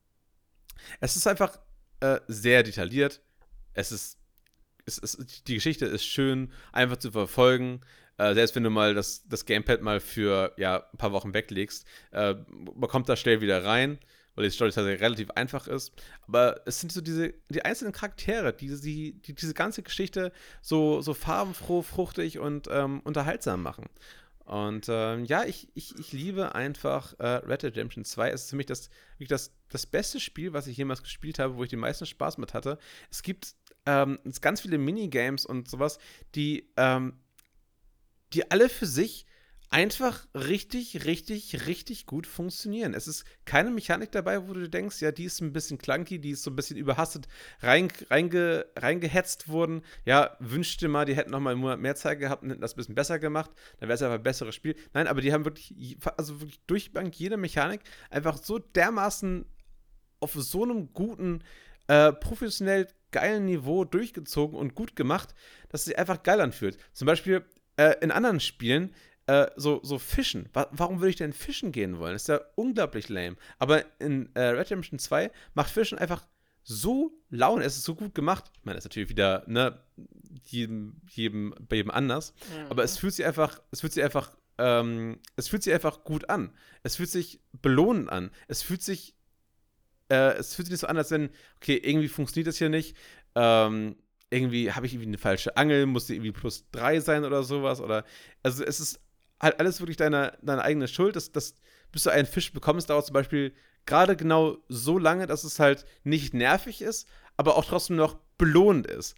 es ist einfach äh, sehr detailliert. Es ist, es ist, die Geschichte ist schön, einfach zu verfolgen. Äh, selbst wenn du mal das, das Gamepad mal für ja, ein paar Wochen weglegst, äh, man kommt da schnell wieder rein, weil die Story tatsächlich relativ einfach ist. Aber es sind so diese, die einzelnen Charaktere, die, die, die diese ganze Geschichte so, so farbenfroh, fruchtig und ähm, unterhaltsam machen. Und ähm, ja, ich, ich, ich liebe einfach äh, Red Dead Redemption zwei. Es ist für mich das, wirklich das, das beste Spiel, was ich jemals gespielt habe, wo ich den meisten Spaß mit hatte. Es gibt ähm, ganz viele Minigames und sowas, die, ähm, die alle für sich einfach richtig, richtig, richtig gut funktionieren. Es ist keine Mechanik dabei, wo du denkst, ja, die ist ein bisschen clunky, die ist so ein bisschen überhastet rein, reinge, reingehetzt worden. Ja, wünschte mal, die hätten noch mal einen Monat mehr Zeit gehabt und hätten das ein bisschen besser gemacht. Dann wäre es einfach ein besseres Spiel. Nein, aber die haben wirklich, also wirklich durchbank jede Mechanik einfach so dermaßen auf so einem guten, äh, professionell geilen Niveau durchgezogen und gut gemacht, dass es sich einfach geil anfühlt. Zum Beispiel äh, in anderen Spielen So, so Fischen. Warum würde ich denn fischen gehen wollen? Das ist ja unglaublich lame. Aber in äh, Red Redemption zwei macht Fischen einfach so Laune. Es ist so gut gemacht. Ich meine, das ist natürlich wieder, ne, jedem, jedem, bei jedem anders. Mhm. Aber es fühlt sich einfach, es fühlt sich einfach, ähm, es fühlt sich einfach gut an. Es fühlt sich belohnend an. Es fühlt sich, äh, es fühlt sich nicht so an, als wenn, okay, irgendwie funktioniert das hier nicht. Ähm, irgendwie habe ich irgendwie eine falsche Angel, muss die irgendwie plus drei sein oder sowas. Oder, also es ist halt alles wirklich deine, deine eigene Schuld. Das, das, bis du einen Fisch bekommst, dauert zum Beispiel gerade genau so lange, dass es halt nicht nervig ist, aber auch trotzdem noch belohnend ist.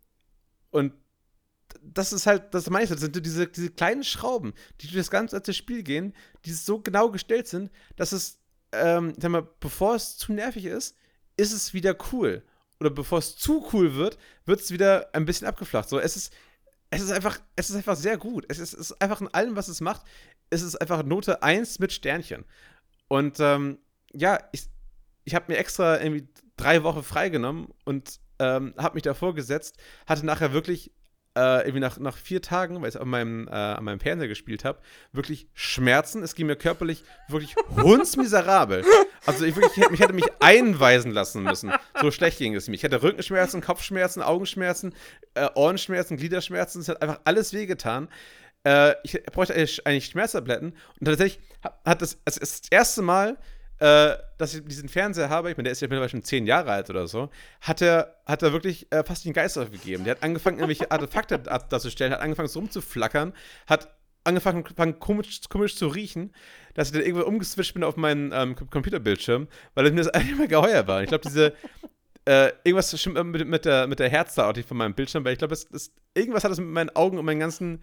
Und das ist halt, das meine ich, das sind diese, diese kleinen Schrauben, die durch das ganze Spiel gehen, die so genau gestellt sind, dass es, ähm, sag mal, bevor es zu nervig ist, ist es wieder cool. Oder bevor es zu cool wird, wird es wieder ein bisschen abgeflacht. So, es ist Es ist einfach, es ist einfach sehr gut. Es ist, es ist einfach in allem, was es macht, es ist einfach Note eins mit Sternchen. Und ähm, ja, ich, ich habe mir extra irgendwie drei Wochen freigenommen und ähm, habe mich davor gesetzt, hatte nachher wirklich äh, irgendwie nach, nach vier Tagen, weil ich es an meinem, äh, an meinem Fernseher gespielt habe, wirklich Schmerzen. Es ging mir körperlich wirklich hundsmiserabel. Also ich, wirklich, ich hätte mich einweisen lassen müssen. So schlecht ging es mir. Ich hatte Rückenschmerzen, Kopfschmerzen, Augenschmerzen, äh, Ohrenschmerzen, Gliederschmerzen. Es hat einfach alles wehgetan. Äh, ich bräuchte eigentlich, eigentlich Schmerztabletten. Und tatsächlich hat das, also das erste Mal, äh, dass ich diesen Fernseher habe, ich meine, der ist ja mittlerweile schon zehn Jahre alt oder so, hat er, hat er wirklich äh, fast den Geist aufgegeben. Der hat angefangen, irgendwelche Artefakte darzustellen, hat angefangen, so rumzuflackern, hat angefangen, angefangen komisch, komisch zu riechen, dass ich dann irgendwo umgeswitcht bin auf meinen ähm, Computerbildschirm, weil mir das einfach immer geheuer war. Ich glaube, diese äh, irgendwas stimmt mit, mit der, mit der Herzdauer von meinem Bildschirm, weil ich glaube, irgendwas hat das mit meinen Augen und meinen ganzen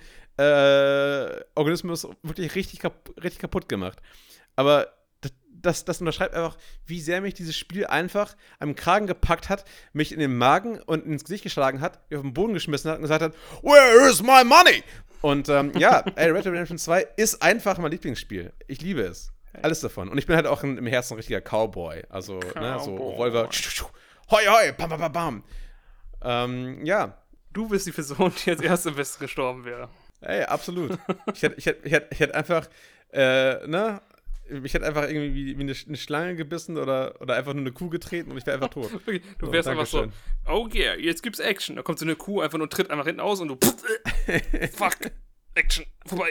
äh, Organismus wirklich richtig, kap richtig kaputt gemacht. Aber Das, das unterschreibt einfach, wie sehr mich dieses Spiel einfach am Kragen gepackt hat, mich in den Magen und ins Gesicht geschlagen hat, mich auf den Boden geschmissen hat und gesagt hat, where is my money? Und ähm, ja, ey, Red Dead Redemption zwei ist einfach mein Lieblingsspiel. Ich liebe es. Alles davon. Und ich bin halt auch ein, im Herzen ein richtiger Cowboy. Also, Cowboy. ne, so Revolver. Hoi, hoi, bam, bam, bam, bam. Ähm, ja. Du bist die Person, die als erste im Westen gestorben wäre. Ey, absolut. ich hätte ich hätt, ich hätt, ich hätt einfach, äh, ne, ich hätte einfach irgendwie wie, wie eine, eine Schlange gebissen oder, oder einfach nur eine Kuh getreten und ich wäre einfach tot. Okay, du wärst so, einfach so, oh yeah, jetzt gibt's Action. Da kommt so eine Kuh einfach nur tritt einfach hinten aus und du fuck, Action, vorbei.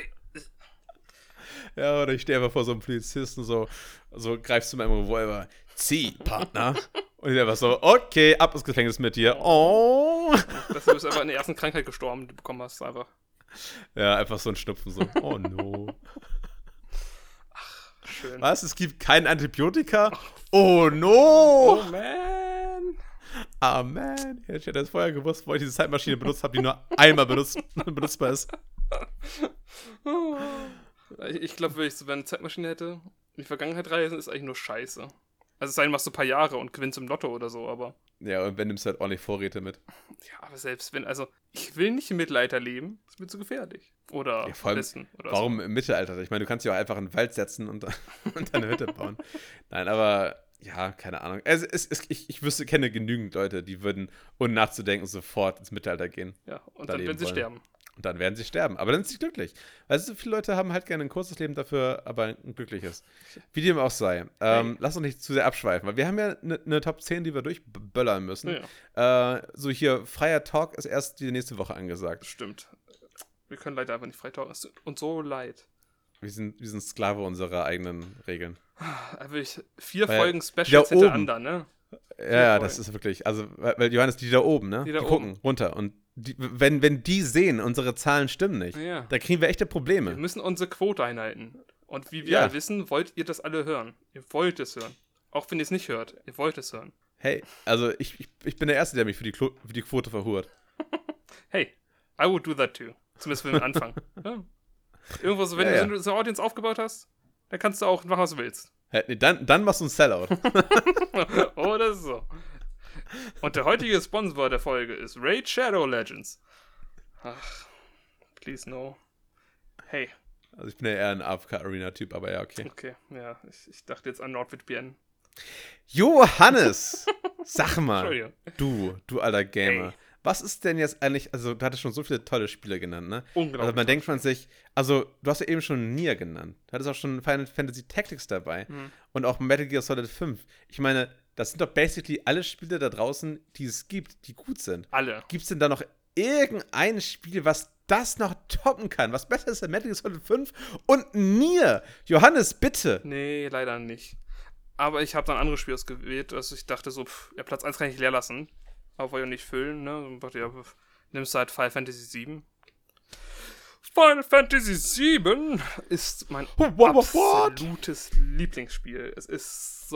Ja, oder ich stehe einfach vor so einem Polizisten so, so greifst du meinem Revolver, zieh, Partner. Und ich einfach so, okay, ab ins Gefängnis mit dir. Oh. Dass du bist einfach in der ersten Krankheit gestorben, die du bekommen hast, einfach. Ja, einfach so ein Schnupfen, so, oh no. Schön. Was? Es gibt kein Antibiotika? Oh no! Oh man! Ah man! Hätte ich ja das vorher gewusst, wo ich diese Zeitmaschine benutzt habe, die nur einmal benutzt, benutzbar ist. Ich glaube, wenn ich so eine Zeitmaschine hätte, in die Vergangenheit reisen, ist eigentlich nur scheiße. Also es sei denn, machst du ein paar Jahre und gewinnst im Lotto oder so, aber... Ja, und wenn nimmst du halt ordentlich Vorräte mit. Ja, aber selbst wenn, also, ich will nicht im Mittelalter leben, das wird zu gefährlich. Oder ja, vor allem, Westen oder warum so. im Mittelalter? Ich meine, du kannst ja auch einfach in den Wald setzen und, und eine Hütte bauen. Nein, aber, ja, keine Ahnung. Also, es, es, ich, ich wüsste, kenne genügend Leute, die würden, ohne nachzudenken, sofort ins Mittelalter gehen. Ja, und dann werden sie wollen. sterben. Und dann werden sie sterben. Aber dann sind sie glücklich. Weil so viele Leute haben halt gerne ein kurzes Leben dafür, aber ein glückliches. Wie dem auch sei. Ähm, hey. Lass uns nicht zu sehr abschweifen, weil wir haben ja eine ne Top zehn, die wir durchböllern müssen. Ja. Äh, so hier, freier Talk ist erst die nächste Woche angesagt. Stimmt. Wir können leider einfach nicht frei talken. Es tut uns so leid. Wir sind, wir sind Sklave unserer eigenen Regeln. Also ich, vier weil Folgen Specials hintereinander, ne? Ja, ja, das ist wirklich, also, weil Johannes, die da oben, ne? Die, da die oben. gucken runter und die, wenn, wenn die sehen, unsere Zahlen stimmen nicht, ja. da kriegen wir echte Probleme. Wir müssen unsere Quote einhalten. Und wie wir ja. alle wissen, wollt ihr das alle hören. Ihr wollt es hören. Auch wenn ihr es nicht hört, ihr wollt es hören. Hey, also ich, ich, ich bin der Erste, der mich für die, Klo- für die Quote verhurt. Hey, I would do that too. Zumindest für den Anfang. Ja. Irgendwo so, wenn ja, du ja. so eine Audience aufgebaut hast, dann kannst du auch machen, was du willst. Nee, dann, dann machst du ein Sellout. Oder so. Und der heutige Sponsor der Folge ist Raid Shadow Legends. Ach, please no. Hey. Also ich bin ja eher ein A F K-Arena-Typ, aber ja, okay. Okay, ja, ich, ich dachte jetzt an NordVPN. Johannes, sag mal, Entschuldigung. du, du alter Gamer, Ey. was ist denn jetzt eigentlich, also du hattest schon so viele tolle Spiele genannt, ne? Unglaublich. Also man denkt man sich, also du hast ja eben schon Nier genannt, du hattest auch schon Final Fantasy Tactics dabei Mhm. und auch Metal Gear Solid fünf. Ich meine, das sind doch basically alle Spiele da draußen, die es gibt, die gut sind. Alle. Gibt es denn da noch irgendein Spiel, was das noch toppen kann? Was besser ist als Metal Gear Solid fünf und Nier? Johannes, bitte! Nee, leider nicht. Aber ich habe dann andere Spiele ausgewählt, also ich dachte so, pff, ja, Platz eins kann ich leer lassen. Aber wollte ja nicht füllen, ne? Und dachte, ja, pff, nimmst du halt Final Fantasy sieben. Final Fantasy sieben ist mein What? absolutes Lieblingsspiel. Es ist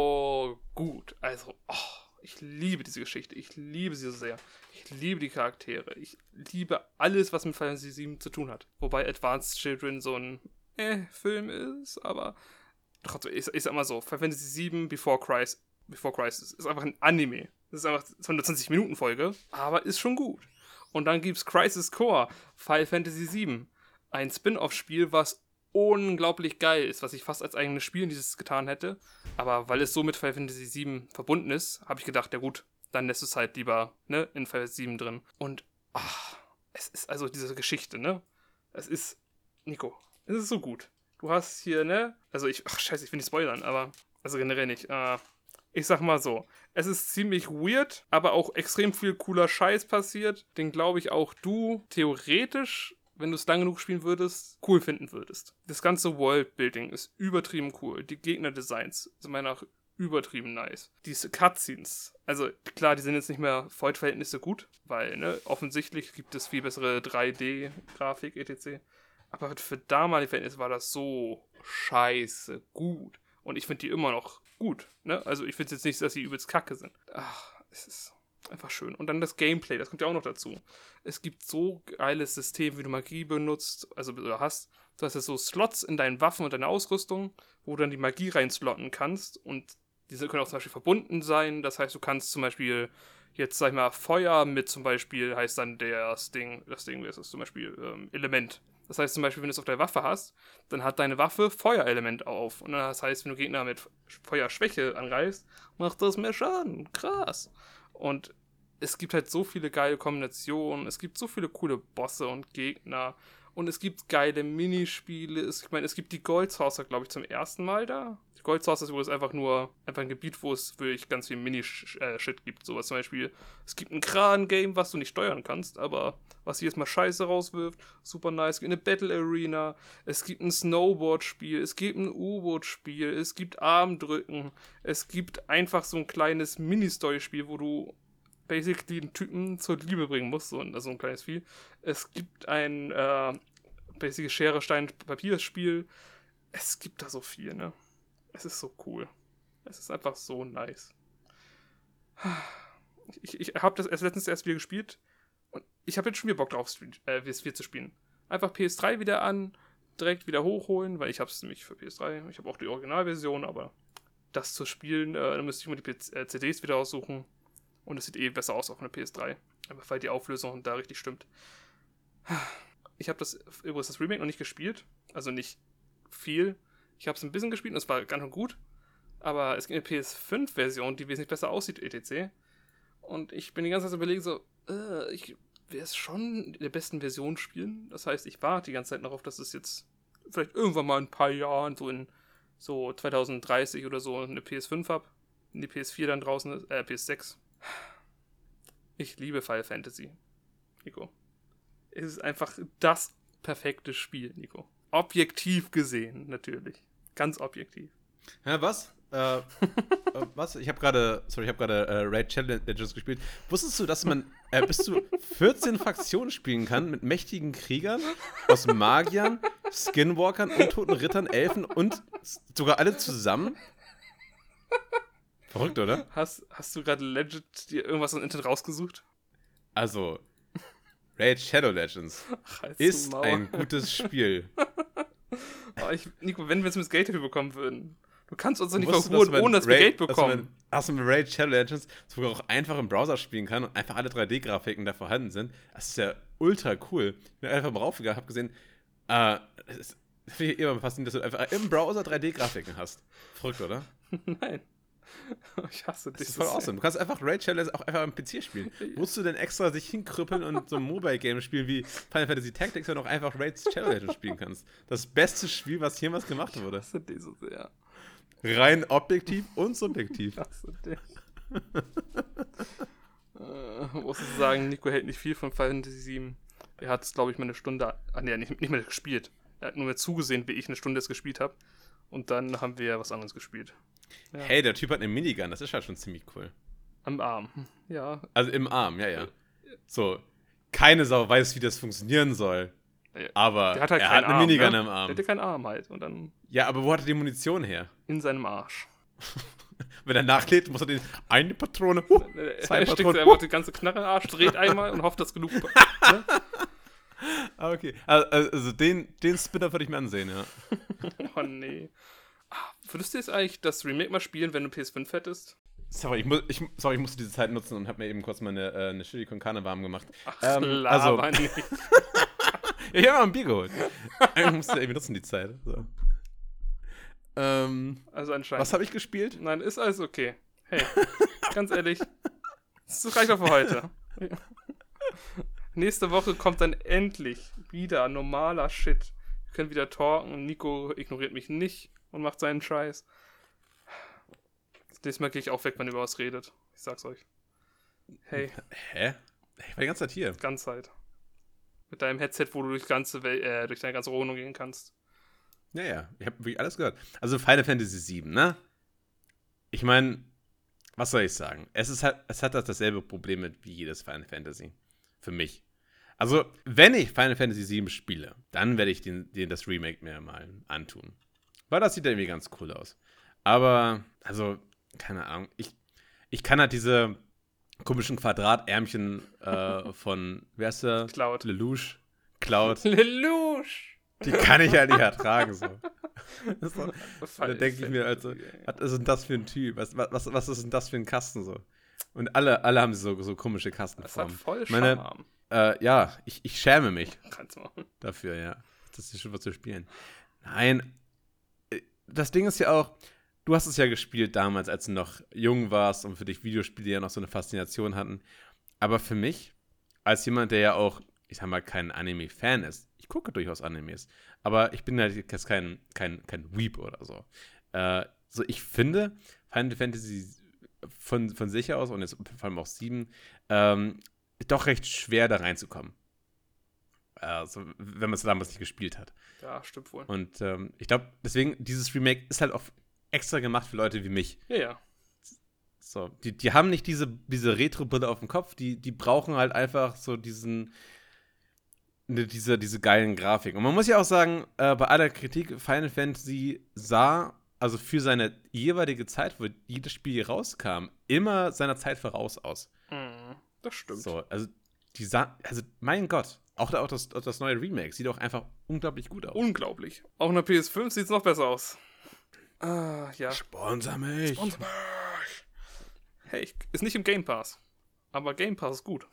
so gut. Also, oh, ich liebe diese Geschichte. Ich liebe sie so sehr. Ich liebe die Charaktere. Ich liebe alles, was mit Final Fantasy sieben zu tun hat. Wobei Advanced Children so ein äh, Film ist, aber trotzdem, ich, ich sag mal so, Final Fantasy sieben Before Crisis, Before Crisis ist einfach ein Anime. Das ist einfach so eine zwanzig-Minuten-Folge, aber ist schon gut. Und dann gibt's Crisis Core, Final Fantasy sieben. Ein Spin-off-Spiel, was unglaublich geil ist, was ich fast als eigenes Spiel in dieses getan hätte. Aber weil es so mit Final Fantasy sieben verbunden ist, habe ich gedacht, ja gut, dann lässt es halt lieber, ne, in Final Fantasy sieben drin. Und, ach, es ist also diese Geschichte, ne? Es ist, Nico, es ist so gut. Du hast hier, ne, also ich, ach scheiße, ich will nicht spoilern, aber, also generell nicht, äh, ich sag mal so, es ist ziemlich weird, aber auch extrem viel cooler Scheiß passiert, den glaube ich auch du theoretisch, wenn du es lang genug spielen würdest, cool finden würdest. Das ganze Worldbuilding ist übertrieben cool. Die Gegnerdesigns sind meiner Meinung nach übertrieben nice. Diese Cutscenes, also klar, die sind jetzt nicht mehr für heute Verhältnisse gut, weil, ne, offensichtlich gibt es viel bessere drei D-Grafik, et cetera. Aber für damalige Verhältnisse war das so scheiße gut. Und ich finde die immer noch gut, ne? Also ich finde jetzt nicht, dass sie übelst kacke sind. Ach, es ist einfach schön. Und dann das Gameplay, das kommt ja auch noch dazu. Es gibt so geiles System, wie du Magie benutzt, also oder hast. Du hast ja so Slots in deinen Waffen und deiner Ausrüstung, wo du dann die Magie reinslotten kannst. Und diese können auch zum Beispiel verbunden sein. Das heißt, du kannst zum Beispiel jetzt, sag ich mal, Feuer mit zum Beispiel, heißt dann das Ding, das Ding ist das zum Beispiel ähm, Element. Das heißt zum Beispiel, wenn du es auf der Waffe hast, dann hat deine Waffe Feuerelement auf. Und das heißt, wenn du Gegner mit Feuerschwäche angreifst, macht das mehr Schaden. Krass. Und es gibt halt so viele geile Kombinationen. Es gibt so viele coole Bosse und Gegner. Und es gibt geile Minispiele. Es, ich meine, es gibt die Gold Saucer, glaube ich, zum ersten Mal da. Die Gold Saucer ist übrigens einfach nur einfach ein Gebiet, wo es wirklich ganz viel Mini-Shit gibt. Sowas zum Beispiel, es gibt ein Kran-Game, was du nicht steuern kannst, aber was jedes Mal Scheiße rauswirft. Super nice. Es gibt eine Battle-Arena. Es gibt ein Snowboard-Spiel. Es gibt ein U-Boot-Spiel. Es gibt Armdrücken. Es gibt einfach so ein kleines Mini-Story-Spiel, wo du basically einen Typen zur Liebe bringen musst, so, also ein kleines Vieh. Es gibt ein äh, basically Schere, Stein, Papier-Spiel. Es gibt da so viel, ne? Es ist so cool. Es ist einfach so nice. Ich, ich habe das erst letztens erst wieder gespielt und ich habe jetzt schon wieder Bock drauf, äh, V S vier zu spielen. Einfach P S drei wieder an, direkt wieder hochholen, weil ich habe es nämlich für P S drei. Ich habe auch die Originalversion, aber das zu spielen, äh, dann müsste ich mal die P C, äh, C Ds wieder aussuchen. Und es sieht eh besser aus auf einer P S drei. Einfach weil die Auflösung da richtig stimmt. Ich habe das übrigens das Remake noch nicht gespielt. Also nicht viel. Ich habe es ein bisschen gespielt und es war ganz schön gut. Aber es gibt eine P S fünf Version, die wesentlich besser aussieht, et cetera. Und ich bin die ganze Zeit so überlegen, so, äh, ich werde es schon in der besten Version spielen. Das heißt, ich warte die ganze Zeit darauf, dass es jetzt vielleicht irgendwann mal in ein paar Jahren, so in so zwanzig dreißig oder so, eine P S fünf habe. In die P S vier dann draußen ist, äh, P S sechs. Ich liebe Final Fantasy, Nico. Es ist einfach das perfekte Spiel, Nico. Objektiv gesehen, natürlich. Ganz objektiv. Ja, was? Äh, äh, was? Ich habe gerade, sorry, ich habe gerade äh, Raid Challenges gespielt. Wusstest du, dass man äh, bis zu vierzehn Fraktionen spielen kann mit mächtigen Kriegern aus Magiern, Skinwalkern, untoten Rittern, Elfen und sogar alle zusammen? Verrückt, oder? Hast, hast du gerade legit dir irgendwas im Internet rausgesucht? Also, Raid Shadow Legends Ach, ist ein gutes Spiel. Oh, ich, Nico, wenn wir es mit Geld dafür bekommen würden. Du kannst uns doch nicht Wusstest du, verholen, dass man ohne dass wir Raid- Geld bekommen. Hast du mit Raid Shadow Legends sogar auch einfach im Browser spielen kann und einfach alle drei D-Grafiken da vorhanden sind? Das ist ja ultra cool. Ich bin einfach mal raufgegangen, hab gesehen, äh, das finde ich immer faszinierend, dass du einfach im Browser drei D-Grafiken hast. Verrückt, oder? Nein. Ich hasse dich. Das ist voll awesome. Du kannst einfach Raid Shadow Legends auch einfach am P C spielen. Musst du denn extra sich hinkrüppeln und so ein Mobile-Game spielen wie Final Fantasy Tactics, wenn du auch einfach Raid Shadow Legends spielen kannst? Das beste Spiel, was jemals gemacht wurde. Ich hasse dich so sehr. Rein objektiv und subjektiv. Ich hasse dich. äh, muss ich sagen, Nico hält nicht viel von Final Fantasy sieben. Er hat es, glaube ich, mal eine Stunde, ah nee, nicht, nicht mehr gespielt. Er hat nur mehr zugesehen, wie ich eine Stunde es gespielt habe. Und dann haben wir was anderes gespielt. Ja. Hey, der Typ hat eine Minigun, das ist halt schon ziemlich cool. Am Arm, ja. Also im Arm, ja, ja. So, keine Sau weiß, wie das funktionieren soll. Aber der hat halt er keinen hat eine Arm, Minigun ne? im Arm. Der hatte keinen Arm halt. Und dann ja, aber wo hat er die Munition her? in seinem Arsch. Wenn er nachlädt, muss er den eine Patrone, huh, zwei er steckt Patronen, einfach huh. die ganze Knarre in den Arsch, dreht einmal und hofft, dass genug. Ne? Ah, okay. Also, also den, den Spinner würde ich mir ansehen, ja. Oh nee. Würdest du jetzt eigentlich das Remake mal spielen, wenn du P S fünf hättest? Sorry, ich, mu ich, sorry, ich musste diese Zeit nutzen und habe mir eben kurz meine äh, eine Chili con Carne warm gemacht. Ach, ähm, also nicht. Ja, ich habe mal ein Bier geholt. Ich musste eben nutzen die Zeit. So. Ähm, also anscheinend. Was habe ich gespielt? Nein, ist alles okay. Hey, ganz ehrlich, das reicht auch für heute. Nächste Woche kommt dann endlich wieder normaler Shit. Wir können wieder talken. Nico ignoriert mich nicht und macht seinen Scheiß. Nächstes Mal gehe ich auch weg, wenn ihr über was redet. Ich sag's euch. Hey. Hä? Ich war die ganze Zeit hier. Ganze Zeit. Mit deinem Headset, wo du durch, ganze Wel äh, durch deine ganze Wohnung gehen kannst. Ja, ja. Ich habe wirklich alles gehört. Also Final Fantasy sieben, ne? Ich meine, was soll ich sagen? Es ist halt, es hat das dasselbe Problem mit wie jedes Final Fantasy. Für mich. Also, wenn ich Final Fantasy sieben spiele, dann werde ich den, den das Remake mir mal antun. Weil das sieht ja irgendwie ganz cool aus. Aber, also, keine Ahnung. Ich, ich kann halt diese komischen Quadratärmchen äh, von, wer ist der? Cloud. Lelouch. Cloud. Lelouch! Die kann ich halt nicht ertragen, so. So, da denke ich mir, also, also, was ist denn das für ein Typ? Was, was, was ist denn das für ein Kasten, so? Und alle, alle haben so, so komische Kastenformen. Das hat voll Meine, Charme. Äh, ja, ich, ich schäme mich Kannst machen. dafür, ja. Das ist schon was zu spielen. Nein, das Ding ist ja auch, du hast es ja gespielt damals, als du noch jung warst und für dich Videospiele ja noch so eine Faszination hatten. Aber für mich, als jemand, der ja auch, ich sag mal, kein Anime-Fan ist, ich gucke durchaus Animes, aber ich bin halt jetzt kein, kein, kein Weep oder so. Äh, so, ich finde, Final Fantasy von, von sich aus und jetzt vor allem auch sieben, ähm, doch recht schwer da reinzukommen. Also, wenn man es damals nicht gespielt hat. Ja, stimmt wohl. Und ähm, ich glaube, deswegen, dieses Remake ist halt auch extra gemacht für Leute wie mich. Ja, ja. So, die, die haben nicht diese, diese Retro-Brille auf dem Kopf, die, die brauchen halt einfach so diesen, ne, diese, diese geilen Grafiken. Und man muss ja auch sagen, äh, bei aller Kritik, Final Fantasy sah, also für seine jeweilige Zeit, wo jedes Spiel rauskam, immer seiner Zeit voraus aus. Mhm. Das stimmt. So, also, die sah, also mein Gott, auch, auch, das, auch das neue Remake sieht auch einfach unglaublich gut aus. Unglaublich. Auch in der P S fünf sieht es noch besser aus. Ah, ja. Sponsor mich. Sponsor mich. Hey, ich, ist nicht im Game Pass. Aber Game Pass ist gut.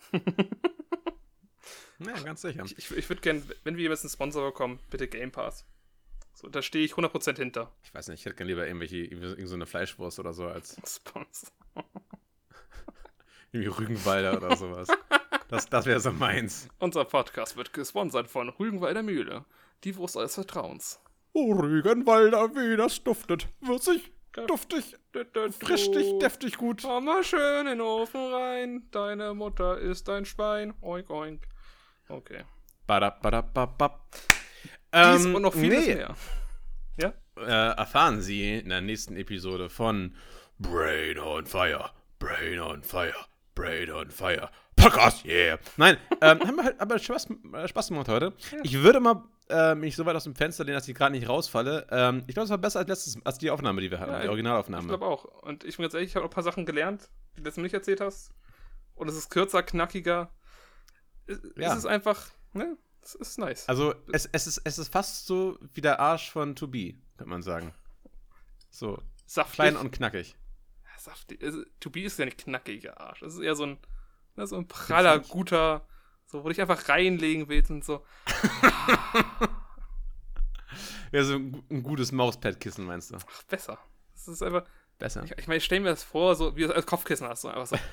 Ja, ganz sicher. Ich, ich, ich würde gerne, wenn wir jetzt einen Sponsor bekommen, bitte Game Pass. So, da stehe ich hundert Prozent hinter. Ich weiß nicht, ich hätte gerne lieber irgendwelche, irgend so eine Fleischwurst oder so als Sponsor. irgendwie Rügenwalder oder sowas. Das, das wäre so meins. Unser Podcast wird gesponsert von Rügenwalder Mühle. Die Wurst eines Vertrauens. Oh, Rügenwalder, wie das duftet. Würzig, duftig, frischtig, deftig gut. Komm mal schön in den Ofen rein. Deine Mutter ist ein Schwein. Oink, oink. Okay. Badab, badab, badab. Dies Ähm, und noch vieles nee. mehr. Ja? Äh, erfahren Sie in der nächsten Episode von Brain on Fire, Brain on Fire, Brain on Fire. Podcast, yeah. Nein, ähm, haben wir halt aber Spaß, äh, Spaß gemacht heute. Ja. Ich würde mal äh, mich so weit aus dem Fenster lehnen, dass ich gerade nicht rausfalle. Ähm, ich glaube, es war besser als letztes, als die Aufnahme, die wir hatten, ja, die Originalaufnahme. Ich glaube auch. Und ich bin ganz ehrlich, ich habe noch ein paar Sachen gelernt, die du letztes Mal nicht erzählt hast. Und es ist kürzer, knackiger. Es, ja. es ist einfach, ne? Das ist nice. Also, es, es, ist, es ist fast so wie der Arsch von To Be, könnte man sagen. So, saftig. Klein und knackig. Ja, saftig. Also, To Be ist ja nicht knackiger Arsch. Das ist eher so ein, ne, so ein praller, guter, so, wo du dich einfach reinlegen willst und so. Ja, so ein, ein gutes Mauspad-Kissen, meinst du? Ach, besser. Das ist einfach. Besser. Ich, ich meine, ich stell mir das vor, so wie du das als Kopfkissen hast. So einfach so.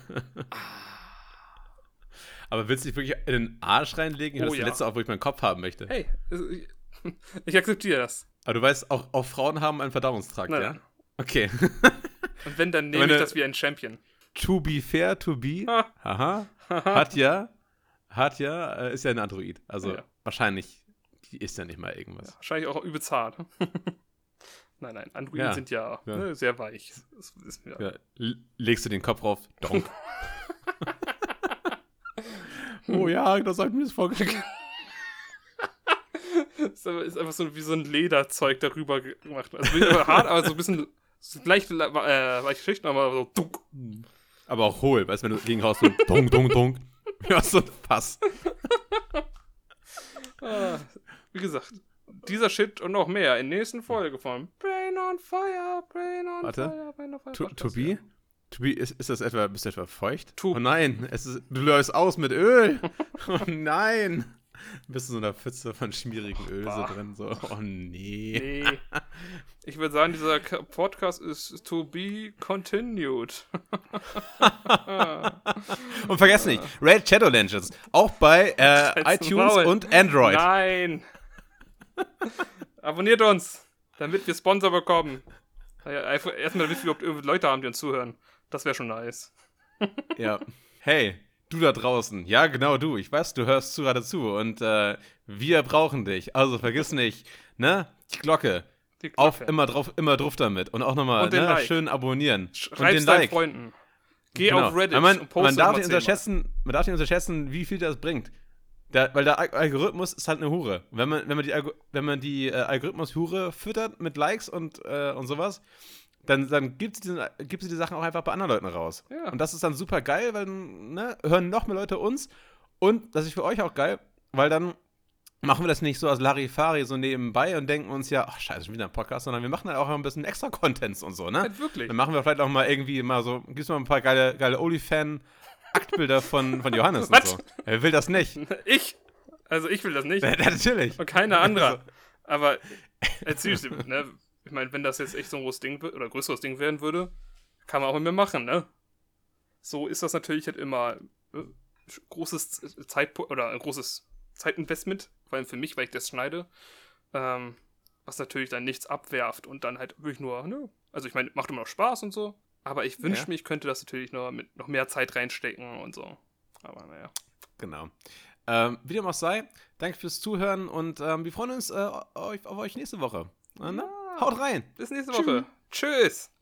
Aber willst du dich wirklich in den Arsch reinlegen? Das Oh, ist ja. der letzte Ort, wo ich meinen Kopf haben möchte. Hey, also ich, ich akzeptiere das. Aber du weißt, auch, auch Frauen haben einen Verdauungstrakt, Nein, ja? nein. Okay. Und wenn, dann nehme Meine- ich das wie ein Champion. To be fair, to be. Ha. Haha. Hat ja. Hat ja. Äh, ist ja ein Android. Also Ja. wahrscheinlich. Die ist ja nicht mal irgendwas. Wahrscheinlich auch übel zart. Nein, nein, Androiden Ja. sind ja, Ja. Ne, sehr weich. Das wissen wir. Ja. L- legst du den Kopf drauf. Donk. Oh ja, das hat mir das vorgeschlagen. Ist, aber, ist einfach so wie so ein Lederzeug darüber ge- gemacht. Also nicht aber hart, aber so ein bisschen so leicht äh, weiche Schichten, aber so dunk. Aber auch hohl, weißt du, wenn du gegen raus so donk, donk, donk. Ja, so ein Fass. Ah, wie gesagt, dieser Shit und noch mehr in der nächsten Folge von Brain on Fire, Brain on Warte. Fire, Brain on Fire. To, Podcast, to be? To be, ist, ist das etwa, bist du etwa feucht? To- Oh nein, es ist, du läufst aus mit Öl. Oh nein. Bist du so in einer Pfütze von schmierigem Öl Bah. so drin? So, oh nee. Nee. Ich würde sagen, dieser K- Podcast ist to be continued. Und vergesst nicht, Raid Shadowlands, auch bei äh, Halt's iTunes Maul. und Android. Nein. Abonniert uns, damit wir Sponsor bekommen. Naja, einfach erstmal, damit wir überhaupt irgendwie Leute haben, die uns zuhören. Das wäre schon nice. Ja. Hey, du da draußen. Ja, genau du. Ich weiß, du hörst zu gerade zu. Und äh, wir brauchen dich. Also vergiss nicht, ne? Die Glocke. Die Glocke. Auf, immer drauf, immer drauf damit. Und auch nochmal, Und den ne? Like. Schön abonnieren. Und Schreib's den deinen Like. Freunden. Geh Genau. auf Reddit Weil man, und poste man, darf mal nicht zehnmal. unterschätzen, man darf nicht unterschätzen, wie viel das bringt. Der, weil der Al- Algorithmus ist halt eine Hure. Und wenn man, wenn man die, Algo wenn man die äh, Algorithmus-Hure füttert mit Likes und, äh, und sowas, dann, dann gibt sie die, die Sachen auch einfach bei anderen Leuten raus. Ja. Und das ist dann super geil, weil dann ne, hören noch mehr Leute uns. Und das ist für euch auch geil, weil dann machen wir das nicht so als Larifari so nebenbei und denken uns ja, ach scheiße, schon wieder ein Podcast, sondern wir machen halt auch ein bisschen extra Contents und so, ne? Halt wirklich. Dann machen wir vielleicht auch mal irgendwie mal so, gibt's mal ein paar geile, geile Onlyfan-Aktbilder von, von Johannes und Was? so. Wer will das nicht? Ich? Also ich will das nicht. Ja, natürlich. Und keiner anderer. Aber erzähl dir, ne? Ich meine, wenn das jetzt echt so ein großes Ding wird oder größeres Ding werden würde, kann man auch mit mir machen, ne? So ist das natürlich halt immer äh, großes Zeit oder ein großes Zeitinvestment, vor allem für mich, weil ich das schneide, ähm, was natürlich dann nichts abwerft und dann halt wirklich nur, ne? Also ich meine, macht immer noch Spaß und so, aber ich wünsche Ja. mir, ich könnte das natürlich noch mit noch mehr Zeit reinstecken und so. Aber naja. Genau. Ähm, wie dem auch sei, danke fürs Zuhören und ähm, wir freuen uns äh, auf, auf euch nächste Woche. Na, na? Haut rein! Bis nächste Woche. Tschüss.